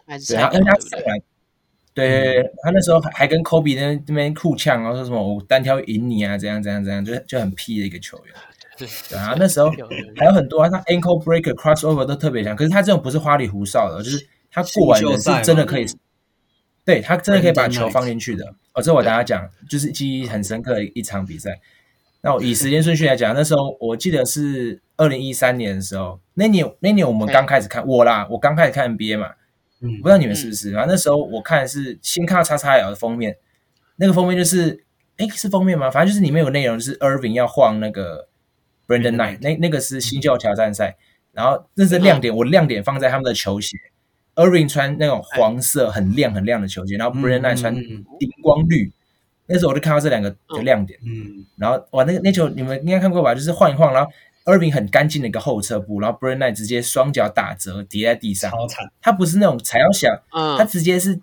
对，他那时候还跟 Kobe 那边互呛，然后说什么我单挑赢你啊，怎样，就很屁的一个球员。对啊，那时候还有很多他 ankle breaker crossover 都特别强，可是他这种不是花里胡哨的，就是他过完人是真的可以。对，他真的可以把球放进去的。这我等下讲，就是记忆很深刻的一场比赛。那我以时间顺序来讲，那时候我记得是2013年的时候，那年我们刚开始看我刚开始看 NBA 嘛，不知道你们是不是？然后那时候我看的是新看到 XXL 的封面，那个封面就是是封面吗？反正就是里面有内容，就是 Irving 要晃那个 Brandon Knight， 那个是新旧挑战赛，然后那是亮点，我亮点放在他们的球鞋。Irving 穿那种黄色很亮的球鞋，然后 Brandon Knight 穿荧光绿，那时候我就看到这两个的亮点。然后哇，那球你们应该看过吧？就是晃一晃，然后 Irving 很干净的一个后撤步，然后 Brandon Knight 直接双脚打折跌在地上， 超惨。 他不是那种踩到响，他直接是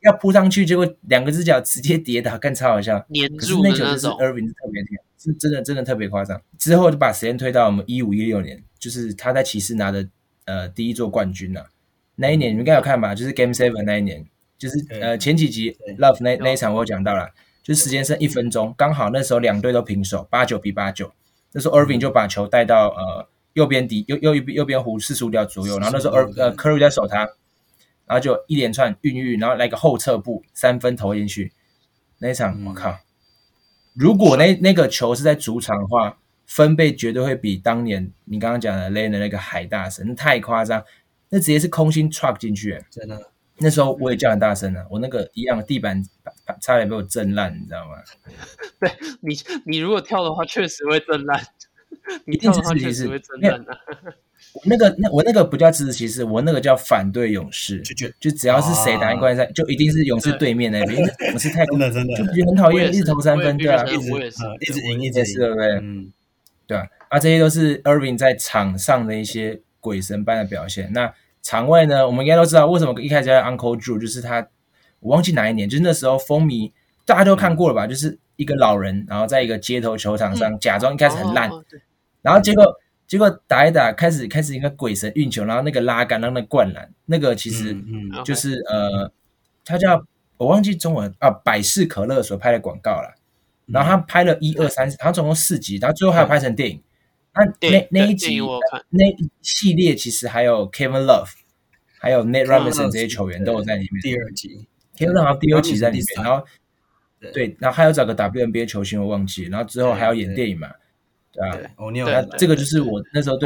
要扑上去，结果2个只脚直接跌倒，更超好笑。 黏可是那住的那球就是种。 Irving 是特别屌，是真的特别夸张。之后就把时间推到我们15-16年，就是他在骑士拿的第一座冠军啊。那一年你们应该有看吧？就是 Game 7那一年，就是前几集 Love 那一场我有讲到啦，就是时间剩1分钟，刚好那时候2队都平手，89比89。那时候 Irving 就把球带到右边弧45度左右，然后那时候Curry 在守他，然后就一连串孕育，然后来个后撤步3分投进去。那一场我靠，如果那个球是在主场的话，分贝绝对会比当年你刚刚讲的 Lane 的那个还大声，那太夸张，那直接是空心 truck 进去， 真的。 那时候我也叫很大声啊，我那个一样的地板差点被我震烂，你知道吗？ 对，你如果跳的话，确实会震烂。你一定跳的话，确是支持骑士实会震烂啊。 我那个不叫支持骑士，我那个叫反对勇士。就只要是谁打进冠军赛，就一定是勇士对面那边，因为勇士太真的就觉得很讨厌，一直投3分，对啊， 一直赢，一直赢， 对不对？对啊，这些都是 Irving 在场上的一些鬼神般的表现。那场外呢，我们应该都知道为什么一开始叫 Uncle Drew， 就是他，我忘记哪一年，就是那时候风靡，大家都看过了吧？就是一个老人，然后在一个街头球场上假装一开始很烂，然后结果打一打，开始一个鬼神运球，然后那个拉杆，让那个灌篮，那个其实就是他叫我忘记中文啊，百事可乐所拍的广告啦。然后他拍了1、2、3，他总共4集，然后最后还有拍成电影。那一集那一系列其实还有 Kevin Love， 还有 Nate Robinson 这些球员都有在里面。 第2集 Kevin Love 第2集在里面，然后对，然后还有找个 WNBA 球星我忘记，然后之后还要演电影嘛，对吧？那这个就是我那时候对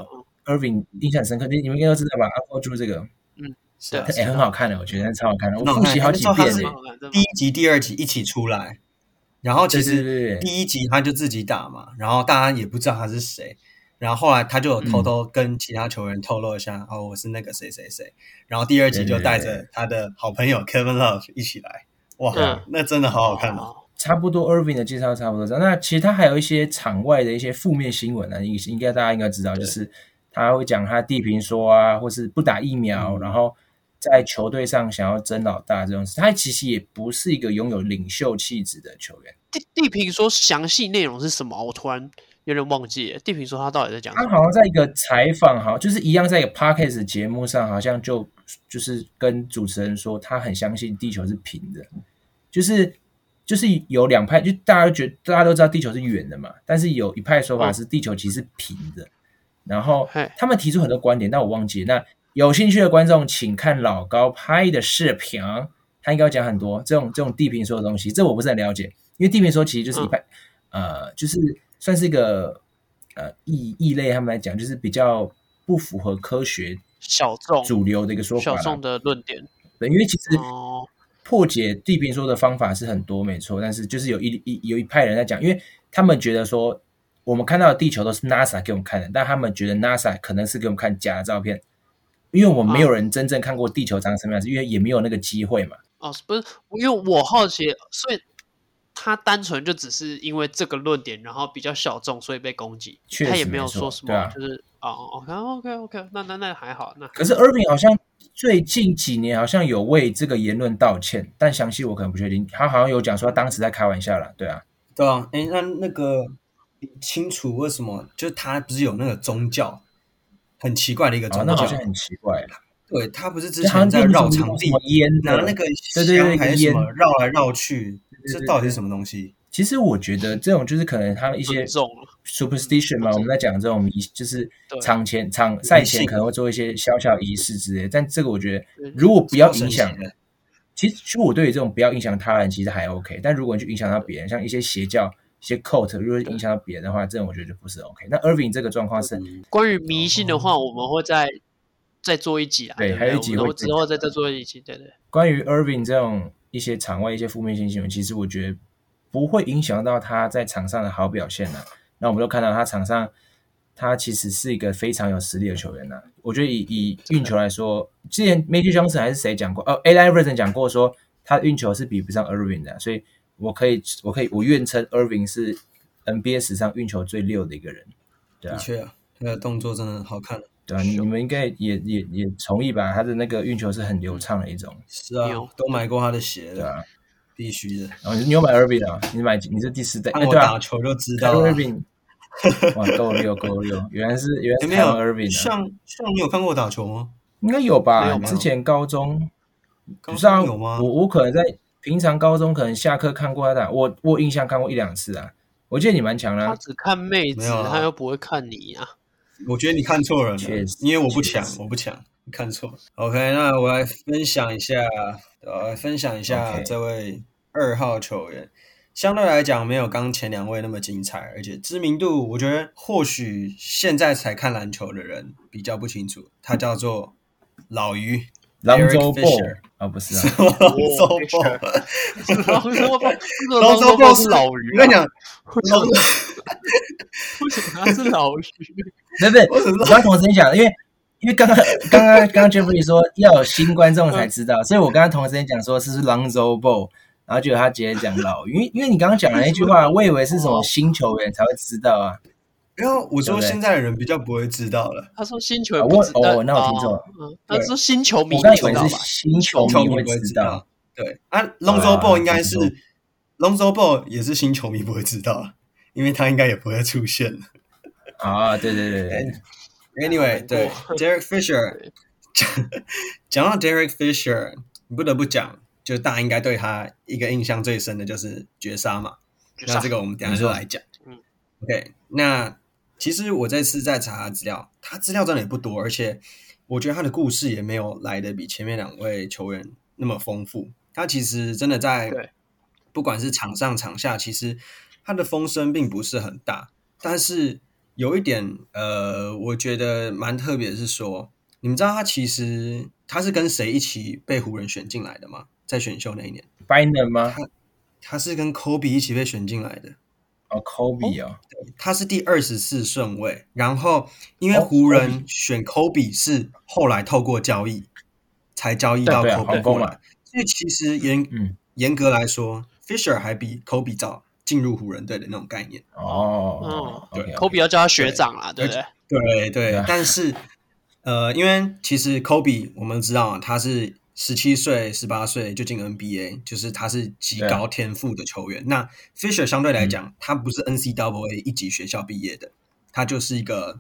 Irving 印象深刻，你们应该都知道吧 ？Uncle Drew 这个，很好看的，我觉得超好看的，我复习好几遍耶。 第1集、第2集一起出来。然后其实第1集他就自己打嘛，然后大家也不知道他是谁，然后后来他就有偷偷跟其他球员透露一下，我是那个谁谁谁，然后第2集就带着他的好朋友 Kevin Love 一起来，哇，那真的好好看哦。 差不多 Irving 的介绍差不多这样，那其实他还有一些场外的一些负面新闻啊，应该大家应该知道，就是他会讲他地平说啊，或是不打疫苗，然后在球队上想要争老大这种事，他其实也不是一个拥有领袖气质的球员。 地平说详细内容是什么？我突然有点忘记了。地平说他到底在讲什么？ 他好像在一个采访，好，就是一样在一个 podcast 节目上，好像就是跟主持人说，他很相信地球是平的，就是有2派，就大家都知道地球是圆的嘛，但是有一派说法是地球其实是平的，然后他们提出很多观点，但我忘记了。那有兴趣的观众，请看老高拍的视频，他应该要讲很多这种地平说的东西，这我不是很了解，因为地平说其实就是一派，就是算是一个异类，他们来讲就是比较不符合科学小众主流的一个说法， 小众的论点。 对，因为其实破解地平说的方法是很多，没错，但是就是有一派人在讲，因为他们觉得说我们看到的地球都是 NASA 给我们看的，但他们觉得 NASA 可能是给我们看假的照片，因为我们没有人真正看过地球长什么样子，因为也没有那个机会嘛。 不是，因为我好奇，所以他单纯就只是因为这个论点，然后比较小众，所以被攻击。他也没有说什么，就是OK， 那还好。那可是 Irving 好像最近几年好像有为这个言论道歉，但详细我可能不确定。他好像有讲说他当时在开玩笑啦，对啊， 那个清楚为什么？就是他不是有那个宗教很奇怪的一个宗教， 那好像很奇怪。 对，他不是之前在绕场地拿那个香还是什么绕来绕去，这到底是什么东西？ 其实我觉得这种就是可能他们一些 superstition 嘛，我们在讲这种就是赛前可能会做一些小小仪式之类的，但这个我觉得如果不要影响，其实我对于这种不要影响他人其实还 OK， 但如果你去影响到别人，像一些邪教、一些 cult， 如果影响到别人的话，这种我觉得就不是 OK。那 Irving 这个状况是关于迷信的话，我们会再做一集啦， 对，还有一集会之后再做一集，对。 关于 Irving 这种一些场外一些负面新闻，其实我觉得不会影响到他在场上的好表现啦。那我们都看到他场上，他其实是一个非常有实力的球员啦。我觉得以运球来说，之前 Magic Johnson 还是谁讲过？Allen Iverson 讲过说他的运球是比不上 Irving 的，所以我愿称 Irving 是 NBA 史上运球最溜的一个人。对啊， 的确啊，他的动作真的好看。 对啊，你们应该也同意吧？他的那个运球是很流畅的一种。 是啊，都买过他的鞋的， 对啊， 必须的。 然后你有买 Irving 啊？你是第4代？ 看我打球就知道了。 Irving， 哇，够六，原来是没有 Irving 啊。像你有看过我打球吗？ 应该有吧？ 没有之前高中有吗？ 我可能在平常高中可能下课看过他打，我印象看过1-2次啊。我记得你蛮强的。 他只看妹子， 他又不会看你啊。 我觉得你看错人了，因为我不强，你看错了。OK， 那我来分享一下这位2号球员。相对来讲，没有刚前2位那么精彩，而且知名度，我觉得或许现在才看篮球的人比较不清楚。他叫做老于 Lonzo Ball 啊，不是啊 ，Lonzo Ball 是老于。 我跟你讲， 为什么他是老于？ 不是，我刚同时讲，因为刚刚 Jeffrey 说要有新观众才知道，所以我刚刚同时讲说是 Lonzo Ball， 然后结果他直接讲老于，因为你刚刚讲的那句话，我以为是什么新球员才会知道啊。 然后我说现在的人比较不会知道了。 他说新球员不知道， 那我听错了。 他说新球迷， 我刚以为是新球迷会知道。 对啊 ，Lonzo Ball 应该是 Lonzo Ball 也是新球迷不会知道，因为他应该也不会出现。 啊，对。 Anyway， 对 Derek Fisher， 讲到 Derek Fisher， 你不得不讲，就大家应该对他一个印象最深的就是绝杀嘛。那这个我们等一下就来讲。OK， 那其实我这次在查他资料，他资料真的也不多，而且我觉得他的故事也没有来的比前面2位球员那么丰富。他其实真的在不管是场上场下，其实他的风声并不是很大，但是有一点我觉得蛮特别的是说，你们知道他其实他是跟谁一起被湖人选进来的吗？在选秀那一年 Bynum 吗？ 他是跟 Kobe 一起被选进来的。 Kobe 哦， 他是第24顺位，然后因为湖人选 Kobe 是后来透过交易才交易到 Kobe 过来，所以其实严格来说 ，Fisher 还比 Kobe 早进入湖人队的那种概念。 对 ，Kobe 要叫他学长啦，对不对？对，但是因为其实 Kobe 我们知道他是17岁、18岁就进 NBA， 就是他是极高天赋的球员。那 Fisher 相对来讲，他不是 NCAA 1级学校毕业的，他就是一个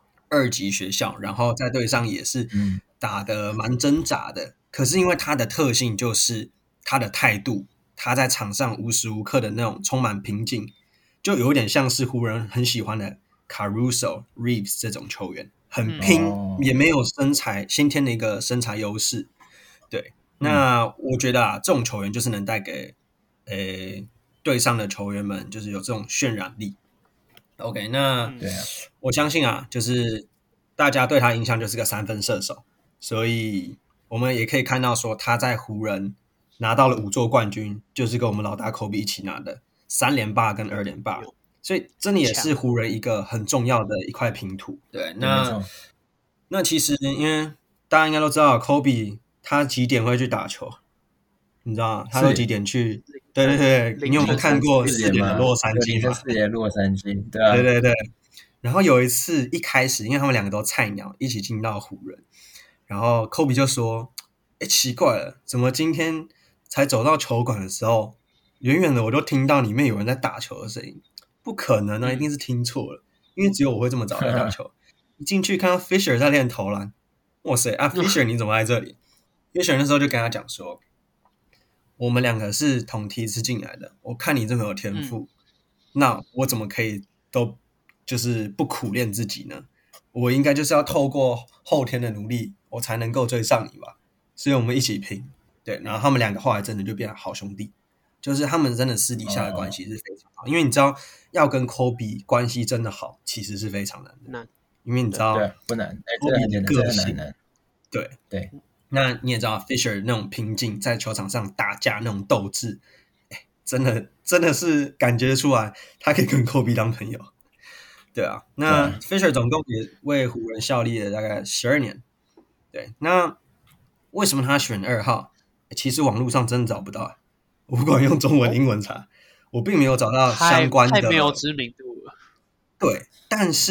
2级学校，然后在队上也是打得蛮挣扎的。可是因为他的特性就是他的态度，他在场上无时无刻的那种充满平静，就有点像是湖人很喜欢的 Caruso、Reeves 这种球员，很拼，也没有先天的一个身材优势。对，那我觉得这种球员就是能带给队上的球员们，就是有这种渲染力。OK， 那我相信就是大家对他印象就是个3分射手，所以我们也可以看到说他在湖人拿到了5座冠军，就是跟我们老大 Kobe 一起拿的3连霸跟2连霸，所以真的也是湖人一个很重要的一块拼图。对，那其实因为大家应该都知道 Kobe。他几点会去打球？你知道吗？他都几点去？对，你有没有看过4点的洛杉矶吗 ？4点洛杉矶，对啊， 对。然后有一次一开始，因为他们2个都菜鸟，一起进到湖人，然后 Kobe 就说：“奇怪了，怎么今天才走到球馆的时候，远远的我就听到里面有人在打球的声音？不可能啊，一定是听错了，因为只有我会这么早来打球。一进去看到 Fisher 在练投篮，哇塞Fisher 你怎么在这里？”Fisher 那时候就跟他讲说，我们2个是同梯次进来的，我看你这么有天赋，那我怎么可以都就是不苦练自己呢？我应该就是要透过后天的努力，我才能够追上你吧。所以我们一起拼。对，然后他们2个后来真的就变成好兄弟，就是他们真的私底下的关系是非常好，因为你知道要跟 Kobe 关系真的好，其实是非常难的，因为你知道不难 ，Kobe 的个性， 对。 那你也知道 Fisher 那种拼劲，在球场上打架那种斗志，真的是感觉出来，他可以跟 Kobe 当朋友。对啊，那 Fisher 总共也为湖人效力了大概12年。对，那为什么他选2号？其实网络上真的找不到，我不管用中文、英文查，我并没有找到相关的， 太没有知名度了。 对，但是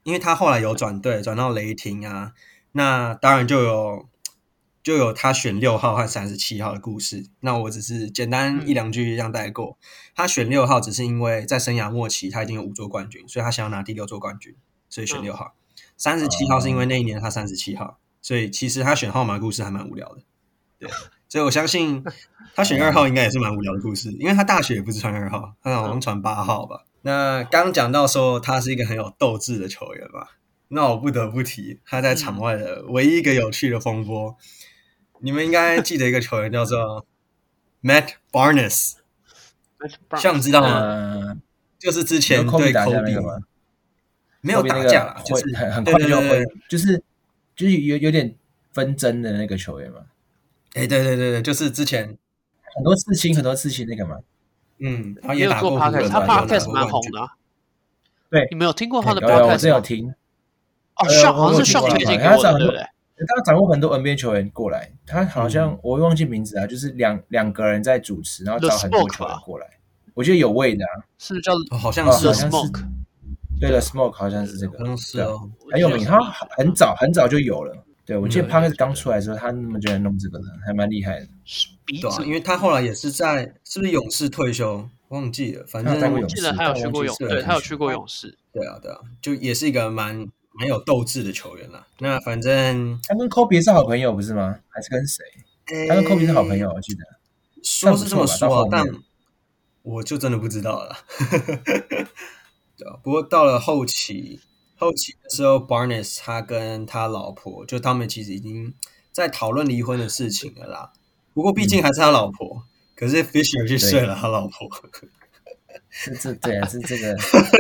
因为他后来有转队转到雷霆啊，那当然就有他选6号和37号的故事。那我只是简单一两句这样带过。他选6号只是因为在生涯末期他已经有5座冠军，所以他想要拿第6座冠军，所以选6号。37号是因为那一年他37号，所以其实他选号码故事还蛮无聊的。对，所以我相信他选2号应该也是蛮无聊的故事，因为他大学也不是穿2号，他好像穿8号吧。那刚讲到说他是一个很有斗志的球员嘛，那我不得不提他在场外的唯一一个有趣的风波。你们应该记得一个球员叫做 Matt Barnes， 像知道吗？就是之前对 Kobe 没有打架啦，就是很快就会，就是有点纷争的那个球员嘛。 对，就是之前很多刺青那个嘛。 然后也打过湖人， 他 podcast 蛮红的。 对， 你没有听过他的 podcast？ 我是有听。 好像是Sean推荐给我的，对不对？ 他掌握很多 NBA 球员过来，他好像我忘记名字啊，就是两个人在主持，然后找很多球员过来。我觉得有味的啊， 是叫好像是 The Smoke， 对的 Smoke 好像是这个， 好像是哦， 很有名，他很早就有了。对，我记得 Podcast 刚出来的时候，他那么就来弄这个的，还蛮厉害的。 对啊，因为他后来也是是不是勇士退休？忘记了，反正我记得他有去过勇士，对他有去过勇士。 对啊，就也是一个蛮有斗志的球员啦。那反正他跟 Kobe 是好朋友不是吗？还是跟谁？他跟 Kobe 是好朋友，我记得。 说是这么说，但我就真的不知道了。对啊，不过到了后期的时候 ，Barnes 他跟他老婆，就他们其实已经在讨论离婚的事情了啦。不过毕竟还是他老婆，可是 Fisher 去睡了他老婆。 对啊，是这个，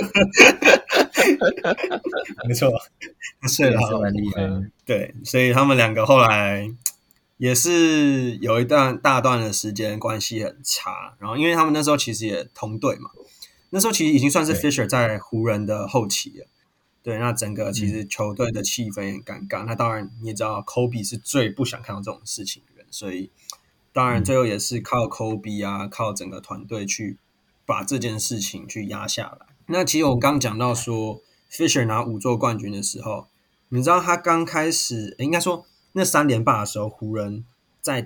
没错，睡了他老婆， 蛮厉害的。 对，所以他们两个后来也是有一大段的时间关系很差。然后因为他们那时候其实也同队嘛，那时候其实已经算是 Fisher 在湖人的后期了。对，那整个其实球队的气氛也很尴尬。那当然你也知道 Kobe 是最不想看到这种事情的人，所以当然最后也是靠 Kobe 啊，靠整个团队去把这件事情去压下来。那其实我刚讲到说 Fisher 拿5座冠军的时候，你知道他刚开始应该说那3连霸的时候，湖人在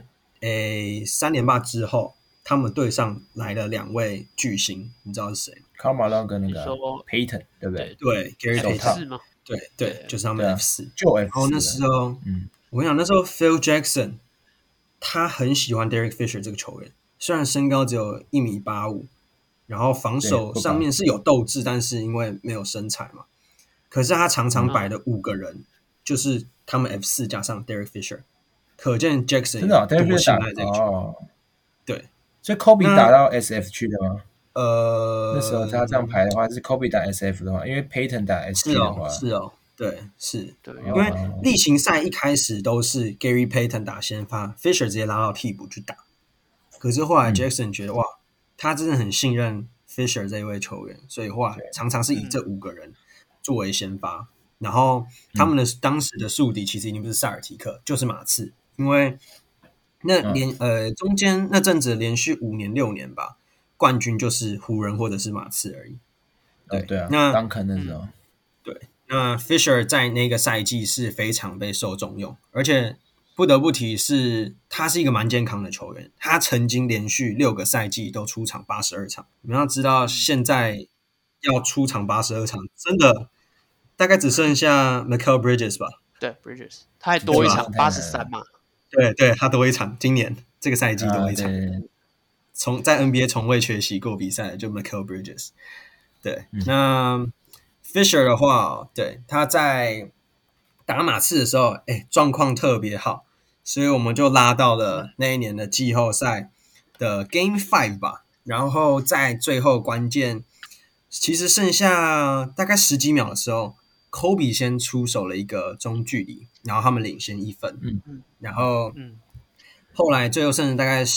3连霸之后，他们队上来了2位巨星，你知道是谁？ 卡马龙跟那个 Payton 对不对？ 对 ，Gary Payton 吗？ 对，就是他们 F4。 就 F4。 然后那时候，我跟你讲，那时候 Phil Jackson 他很喜欢 Derek Fisher 这个球员，虽然身高只有1.85米，然后防守上面是有斗志，但是因为没有身材嘛，可是他常常摆的5个人，就是他们 F4 加上 Derek Fisher， 可见 Jackson 真的多信赖这个球员。对， 所以 Kobe 打到 SF 去的吗？那时候他这样排的话，是 Kobe 打 SF 的话，因为 Payton 打 SP 的话， 是哦，对，是，因为例行赛一开始都是 Gary Payton 打先发 ，Fisher 直接拉到替补去打。可是后来 Jackson 觉得哇，他真的很信任 Fisher 这一位球员，所以后来常常是以这5个人作为先发。然后他们的当时的宿敌其实已经不是塞尔提克，就是马刺，因为那中间那阵子连续5年6年吧。冠军就是湖人或者是马刺而已。 对啊， 那当肯的时候， 对，那 Fisher 在那个赛季是非常被受重用，而且不得不提是他是一个蛮健康的球员，他曾经连续6个赛季都出场82场。你们要知道，现在要出场82场，真的大概只剩下 Mikal Bridges 吧？ 对 ，Bridges 他还多一场83嘛？ 对，他多一场，今年这个赛季多一场。在 NBA 从未缺席过比赛的就 Mikal Bridges。 对，那 Fisher 的话，对，他在打马刺的时候状况特别好，所以我们就拉到了那一年的季后赛的 Game 5吧。然后在最后关键其实剩下大概10几秒的时候， Kobe 先出手了一个中距离，然后他们领先1分。然后后来最后剩大概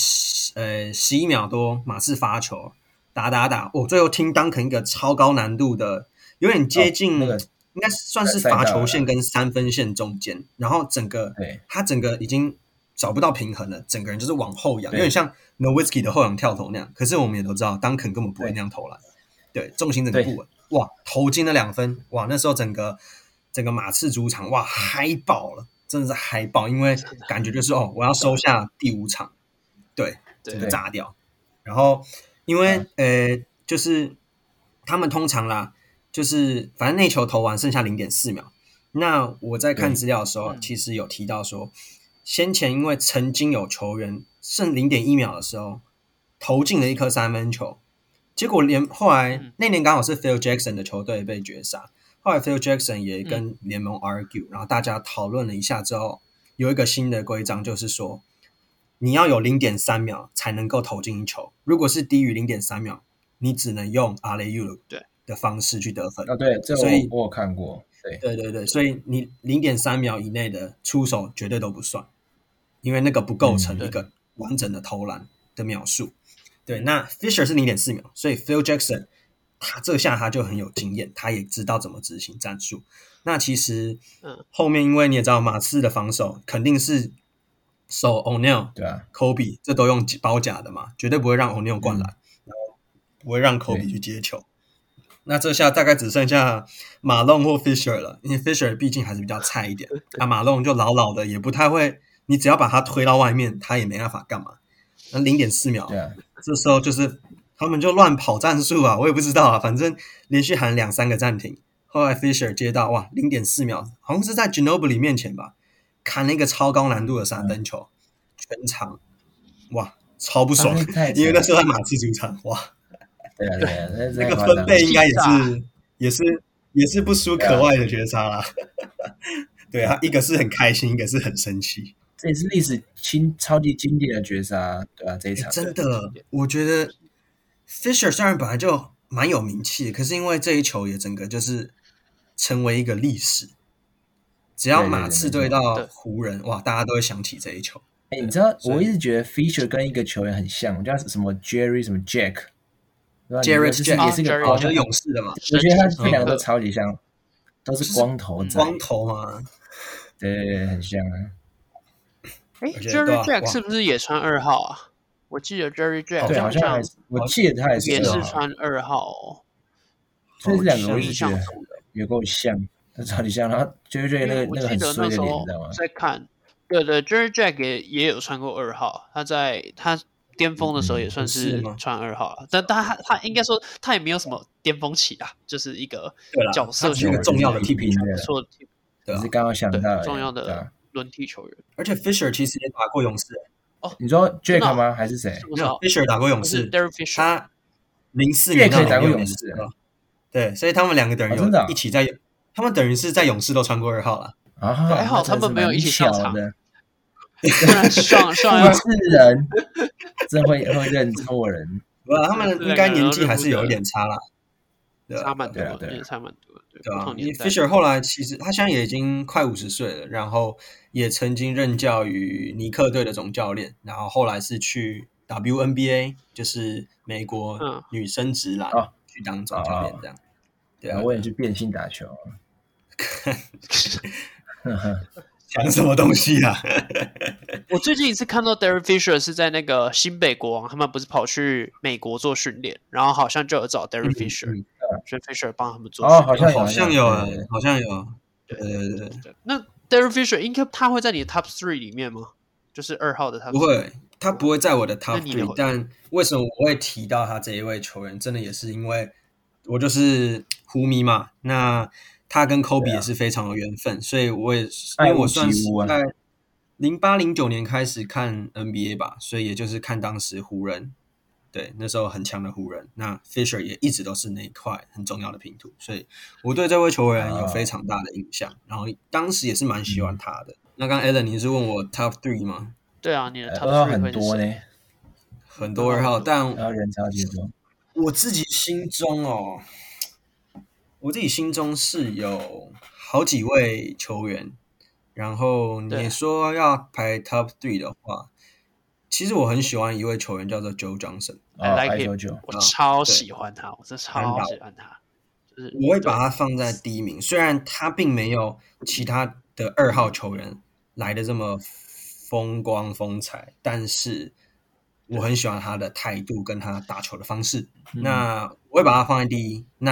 11秒多，马刺发球打，最后听Duncan一个超高难度的，有点接近，应该算是罚球线跟3分线中间，然后他整个已经找不到平衡了，整个人就是往后仰，有点像 Nowitzki 的后仰跳投那样。可是我们也都知道，Duncan根本不会那样投篮，对，重心整个不稳， 哇，投进了2分，哇，那时候整个马刺主场哇嗨爆了，真的是嗨爆，因为感觉就是我要收下第5场，对，整个炸掉。然后因为就是他们通常啦，就是反正那球投完剩下 0.4 秒。那我在看资料的时候，其实有提到说，先前因为曾经有球员剩 0.1 秒的时候投进了一颗3分球，结果后来那年刚好是 Phil Jackson 的球队被绝杀，后来 Phil Jackson 也跟联盟 argue，然后大家讨论了一下之后，有一个新的规章，就是说你要有 0.3 秒才能够投进一球，如果是低于 0.3 秒，你只能用 alley-oop 的方式去得分。 对，这我有看过。 对，所以你 0.3 秒以内的出手绝对都不算，因为那个不构成一个完整的投篮的秒数。对，那 Fisher 是 0.4 秒，所以 Phil Jackson 他这下他就很有经验，他也知道怎么执行战术。那其实后面因为你也知道马刺的防守肯定是守 O'Neal 对啊 Kobe 这都用包夹的嘛，绝对不会让 O'Neal 灌篮，然后不会让 Kobe 去接球。那这下大概只剩下马龙或 Fisher 了，因为 Fisher 毕竟还是比较菜一点，马龙就老的，也不太会，你只要把他推到外面，他也没办法干嘛。那 0.4 秒，这时候就是他们就乱跑战术啊，我也不知道啊，反正连续喊2-3个暂停，后来 Fisher 接到哇 0.4 秒，好像是在 Ginobili 面前吧，砍了一个超高难度的3分球，全场哇超不爽，因为那时候在马刺主场哇。 对啊， 那个分贝应该也是不输可外的绝杀啦。对啊，一个是很开心，一个是很生气。 这也是历史超级经典的绝杀，对啊，这一场真的，我觉得 Fisher 虽然本来就蛮有名气的，可是因为这一球也整个就是成为一个历史。只要马刺对到湖人，哇，大家都会想起这一球。 你知道我一直觉得 Fisher 跟一个球员很像，叫什么 Jerry 什么 Jack。Jerry 也是一个就是勇士的嘛， 我觉得他们两个都超级像，都是光头仔， 光头嘛， 对，很像啊。 Jerry Jack 是不是也穿2号啊？我记得 Jerry Jack 对，好像我记得他也是穿2号哦。 所以这两个我一直觉得有够像，超级像。然后 Jerry Jack 那个很衰的脸，你知道吗？ 在看，对，Jerry Jack 也有穿过2号，他巅峰的时候也算是穿2号，但他应该说他也没有什么巅峰期啊，就是一个角色球员， 一个重要的替补球员， 对，是刚刚想到重要的轮替球员。 而且 Fisher 其实也打过勇士。 你说 Jack 吗？还是谁？ 没有 ，Fisher 打过勇士，他04年到打过勇士， 对，所以他们两个等于有一起在，他们等于是在勇士都穿过2号了。 还好他们没有一起上场的。 上一次人真会认错人， 他们应该年纪还是有一点差啦， 差蛮多的，也差蛮多的， 对吧？因为 Fisher 后来其实他现在也已经快50岁了，然后也曾经任教于尼克队的总教练，然后后来是去 WNBA， 就是美国女生职篮去当总教练这样。对啊， 我也去变性打球。 讲什么东西啊？ 我最近一次看到 Derek Fisher 是在那个新北国王，他们不是跑去美国做训练，然后好像就有找 Derek Fisher，所以 Fisher 帮他们做训练。 好像有。对。 那 Derek Fisher 应该他会在你的 Top 3里面吗？就是2号的 Top 3？ 不会，他不会在我的 Top 3。但为什么我会提到他这一位球员？真的也是因为我就是湖迷嘛。那他跟 Kobe 也是非常有缘分，所以我也因为我算是在08-09年开始看 NBA 吧，所以也就是看当时湖人，对，那时候很强的湖人。那 Fisher 也一直都是那一块很重要的拼图，所以我对这位球员有非常大的印象，然后当时也是蛮喜欢他的。那刚 Alan 你是问我 Top 3吗？ 对啊，你的 Top 3很多呢， 很多2号，但人超级多。 我自己心中是有好几位球员，然后你说要排 Top 3的话，其实我很喜欢一位球员叫做 Joe Johnson， 我超喜欢他，我真的超喜欢他，就是我会把他放在第一名，虽然他并没有其他的2号球员来的这么风光风采，但是我很喜欢他的态度跟他打球的方式，那我会把他放在第一。那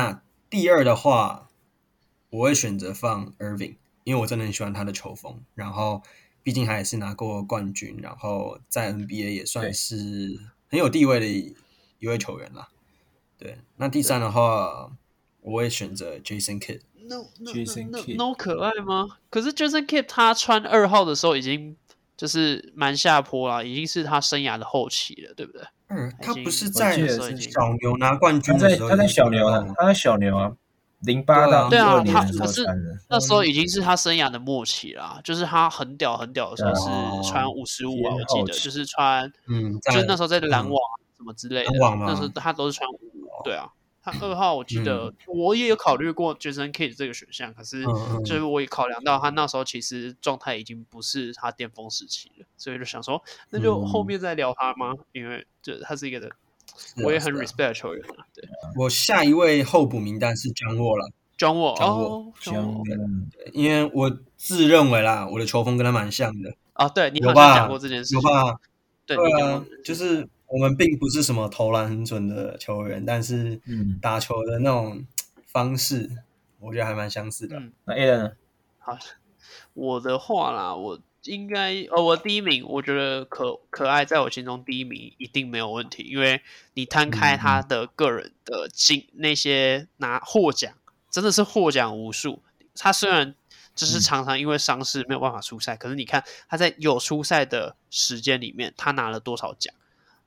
第二的话，我会选择放 Irving， 因为我真的很喜欢他的球风，然后毕竟他也是拿过冠军，然后在 NBA 也算是很有地位的一位球员啦。对，那第三的话，我会选择 Jason Kidd。Jason Kidd 可爱吗？可是 Jason Kidd 他穿2号的时候已经就是蛮下坡了，已经是他生涯的后期了，对不对？ 他不是在小牛拿冠军的时候， 他在小牛啊，他在小牛啊，08到12年的时候穿的， 那时候已经是他生涯的末期了，就是他很屌很屌的时候是穿55啊，我记得就是穿，就是那时候在篮网什么之类的，那时候他都是穿55，对啊。他2号我记得我也有考虑过 Jason Kidd 这个选项，可是就是我也考量到他那时候其实状态已经不是他巅峰时期了，所以就想说那就后面再聊他吗？因为就他是一个我也很 respect 的球员啊。对， 我下一位候补名单是John Wall 了。 John Wall， 因为我自认为啦，我的球风跟他蛮像的。 对，你好像讲过这件事情。 有吧？ 对啊，就是我们并不是什么投篮很准的球员，但是打球的那种方式，我觉得还蛮相似的。 那 Alan 呢？ 好，我的话啦，我应该我第一名，我觉得可爱在我心中第一名一定没有问题，因为你摊开他的个人的那些拿获奖，真的是获奖无数。他虽然就是常常因为伤势没有办法出赛，可是你看他在有出赛的时间里面，他拿了多少奖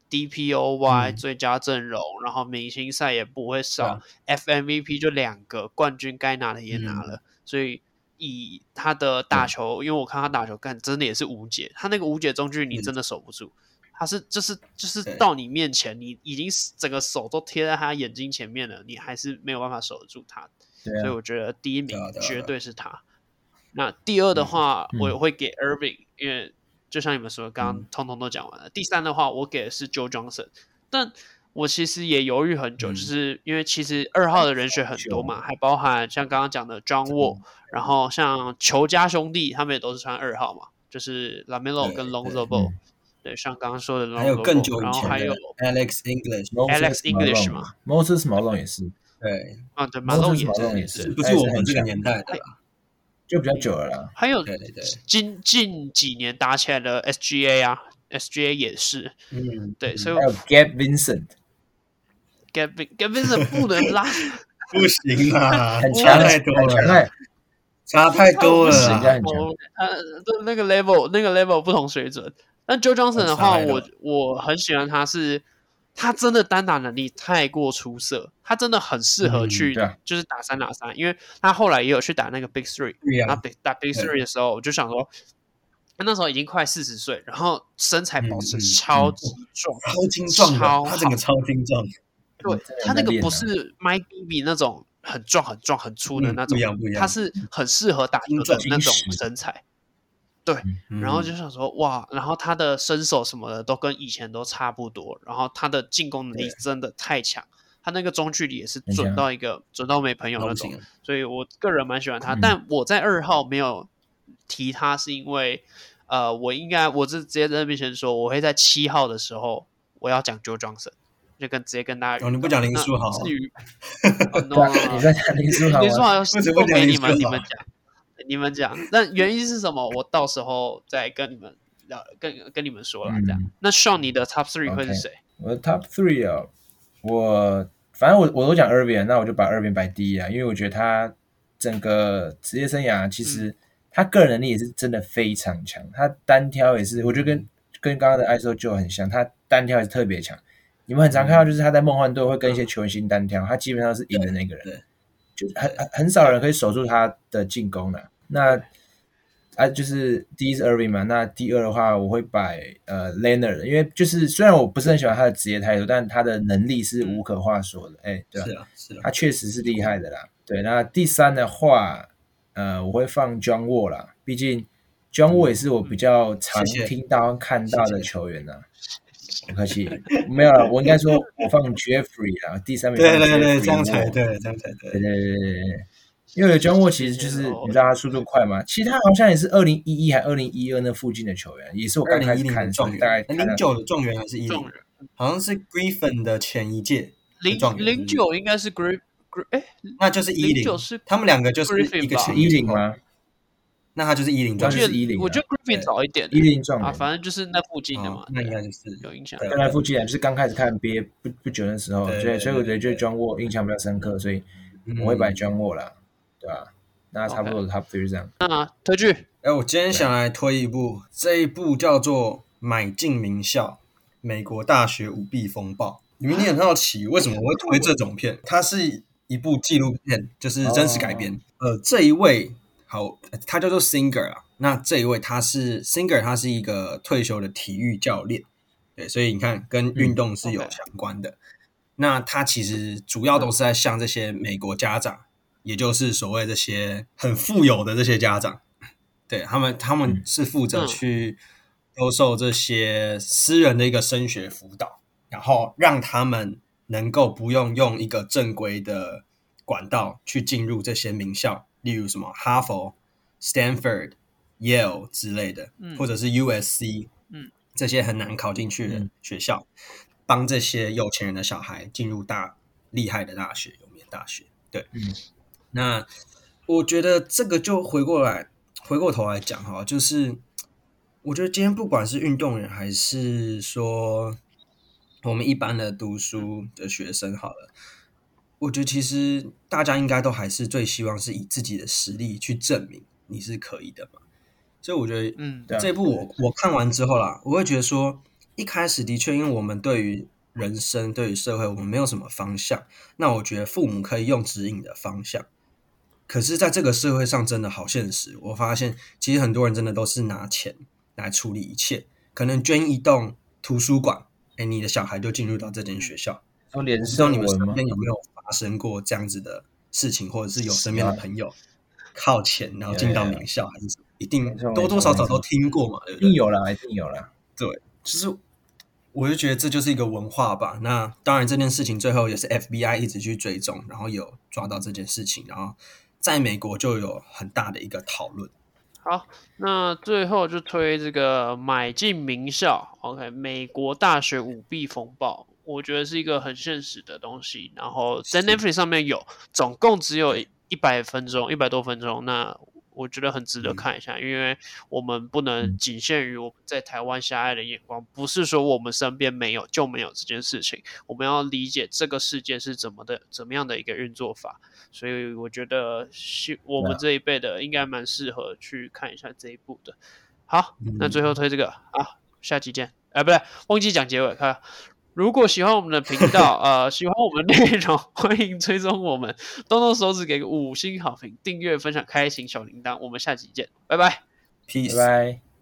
？DPOY 最佳阵容，然后明星赛也不会少，FMVP 就2个，冠军该拿的也拿了，所以以他的打球，因为我看他打球干真的也是无解，他那个无解中距离你真的守不住，他是就是到你面前，你已经整个手都贴在他眼睛前面了，你还是没有办法守得住他，所以我觉得第一名绝对是他。那第二的话，我也会给 Irving， 因为就像你们说，刚刚通通都讲完了。第三的话，我给的是 Joe Johnson， 但我其实也犹豫很久，就是因为其实2号的人选很多嘛，还包含像刚刚讲的 John Wall， 然后像球家兄弟他们也都是穿2号嘛，就是 LaMelo 跟 Lonzo Ball， 对，像刚刚说的 Lonzo Ball， 还有更久以前的然后还有 Alex English 嘛 ，Moses Malone 也是， 对啊，对 Malone 也是， 不是我们这个年代的啦。 就比较久了啦。 还有近几年打起来的 SGA 啊 ，SGA 也是，对，所以还有 Gabe Vincent 不能拉， 不行啊， 很强太多了，差太多了， 那个 level 不同水准。但 Joe Johnson 的话，我很喜欢他是。他真的单打能力太过出色，他真的很适合去就是打3打3，因为他后来也有去打那个 Big 3，然后打 Big 3的时候，我就想说，他那时候已经快40岁，然后身材保持超级壮， 超精壮，他整个超精壮， 对他那个不是 Mike Bibby 那种很壮很粗的那种，他是很适合打球的那种身材。对，然后就想说哇，然后他的身手什么的都跟以前都差不多，然后他的进攻能力真的太强，他那个中距离也是准到没朋友那种，所以我个人蛮喜欢他。但我在2号没有提他，是因为我直接在那边先说，我会在7号的时候我要讲 Joe Johnson， 就直接跟大家你不讲林书豪， 至于你在讲林书豪， 林书豪要是不给你们讲。你们讲，那原因是什么？我到时候再跟你们聊，跟你们说了。这样，那 Sean 你的 Top 3会是谁？ 我的 Top 3啊，反正我都讲 Irving， 那我就把 Irving 摆第一啊，因为我觉得他整个职业生涯其实他个人能力也是真的非常强，他单挑也是，我觉得跟刚刚的 ISO 就很像，他单挑也是特别强。你们很常看到就是他在梦幻队会跟一些球星单挑，他基本上是赢的那个人。就很少人可以守住他的进攻啦。那就是第一是 Irving 嘛，那第二的话我会摆Leonard， 因为就是虽然我不是很喜欢他的职业态度，但他的能力是无可话说的，对吧？ 是啊， 他确实是厉害的啦。对，那第三的话，我会放 John Wall 啦，毕竟 John Wall 也是我比较常听到看到的球员啦。不客气，没有了。我应该说，我放 Jeffrey 啦，第3名。 对，这样才对。 对。因为 John Wall 其实就是你知道他速度快嘛，其实他好像也是2011还2012那附近的球员，也是我刚开始看的状元， 大概 09的状元还是10，好像是 Griffin 的前一届。 09应该是那就是10，他们两个就是一个前 10吗？ 那他就是10壮年， 我觉得 Griffin 早一点 ，10壮年反正就是那附近的嘛， 那应该就是有影响。 对，那附近就是刚开始看 NBA 不久的时候，所以我觉得对 John Wall 印象比较深刻，所以我会摆 John Wall 啦，对吧？那差不多的 Top 3这样。 那推剧， 我今天想来推一部，这一部叫做《买进名校：美国大学舞弊风暴》。你们一定很好奇，为什么我会推这种片？它是一部纪录片，就是真实改编。这一位他叫做 Singer 啊。那这一位Singer， 他是一个退休的体育教练，对，所以你看跟运动是有相关的。那他其实主要都是在向这些美国家长，也就是所谓这些很富有的这些家长，对他们是负责去兜售这些私人的一个升学辅导，然后让他们能够不用一个正规的管道去进入这些名校，例如什么哈佛、Stanford、Yale 之类的，或者是 USC，这些很难考进去的学校，帮这些有钱人的小孩进入厉害的大学、有名的大学。对，那我觉得这个就回过头来讲哈，就是我觉得今天不管是运动员还是说我们一般的读书的学生好了，我觉得其实大家应该都还是最希望是以自己的实力去证明你是可以的嘛。所以我觉得这部我看完之后啦，我会觉得说一开始的确因为我们对于人生对于社会我们没有什么方向，那我觉得父母可以用指引的方向，可是在这个社会上真的好现实，我发现其实很多人真的都是拿钱来处理一切，可能捐一栋图书馆，你的小孩就进入到这间学校。 不知道你们身边有没有发生过这样子的事情，或者是有身边的朋友靠钱然后进到名校还是什么，一定多多少少都听过嘛，对不对？ 一定有啦。 对，就是我就觉得这就是一个文化吧。那当然这件事情最后也是 FBI 一直去追踪，然后有抓到这件事情，然后在美国就有很大的一个讨论。 好，那最后就推这个买进名校 ，OK， 美国大学舞弊风暴，我觉得是一个很现实的东西。然后在 Netflix 上面有，总共只有100多分钟，那我觉得很值得看一下，因为我们不能仅限于我们在台湾狭隘的眼光，不是说我们身边没有就没有这件事情，我们要理解这个世界是怎么样的一个运作法，所以我觉得我们这一辈的应该蛮适合去看一下这一部的。好，那最后推这个下期见。不对，忘记讲结尾，看。如果喜欢我们的频道，喜欢我们的内容，欢迎追踪我们，动动手指给个5星好评，订阅、分享、开启小铃铛。我们下期见，拜拜 ，Peace， 拜拜。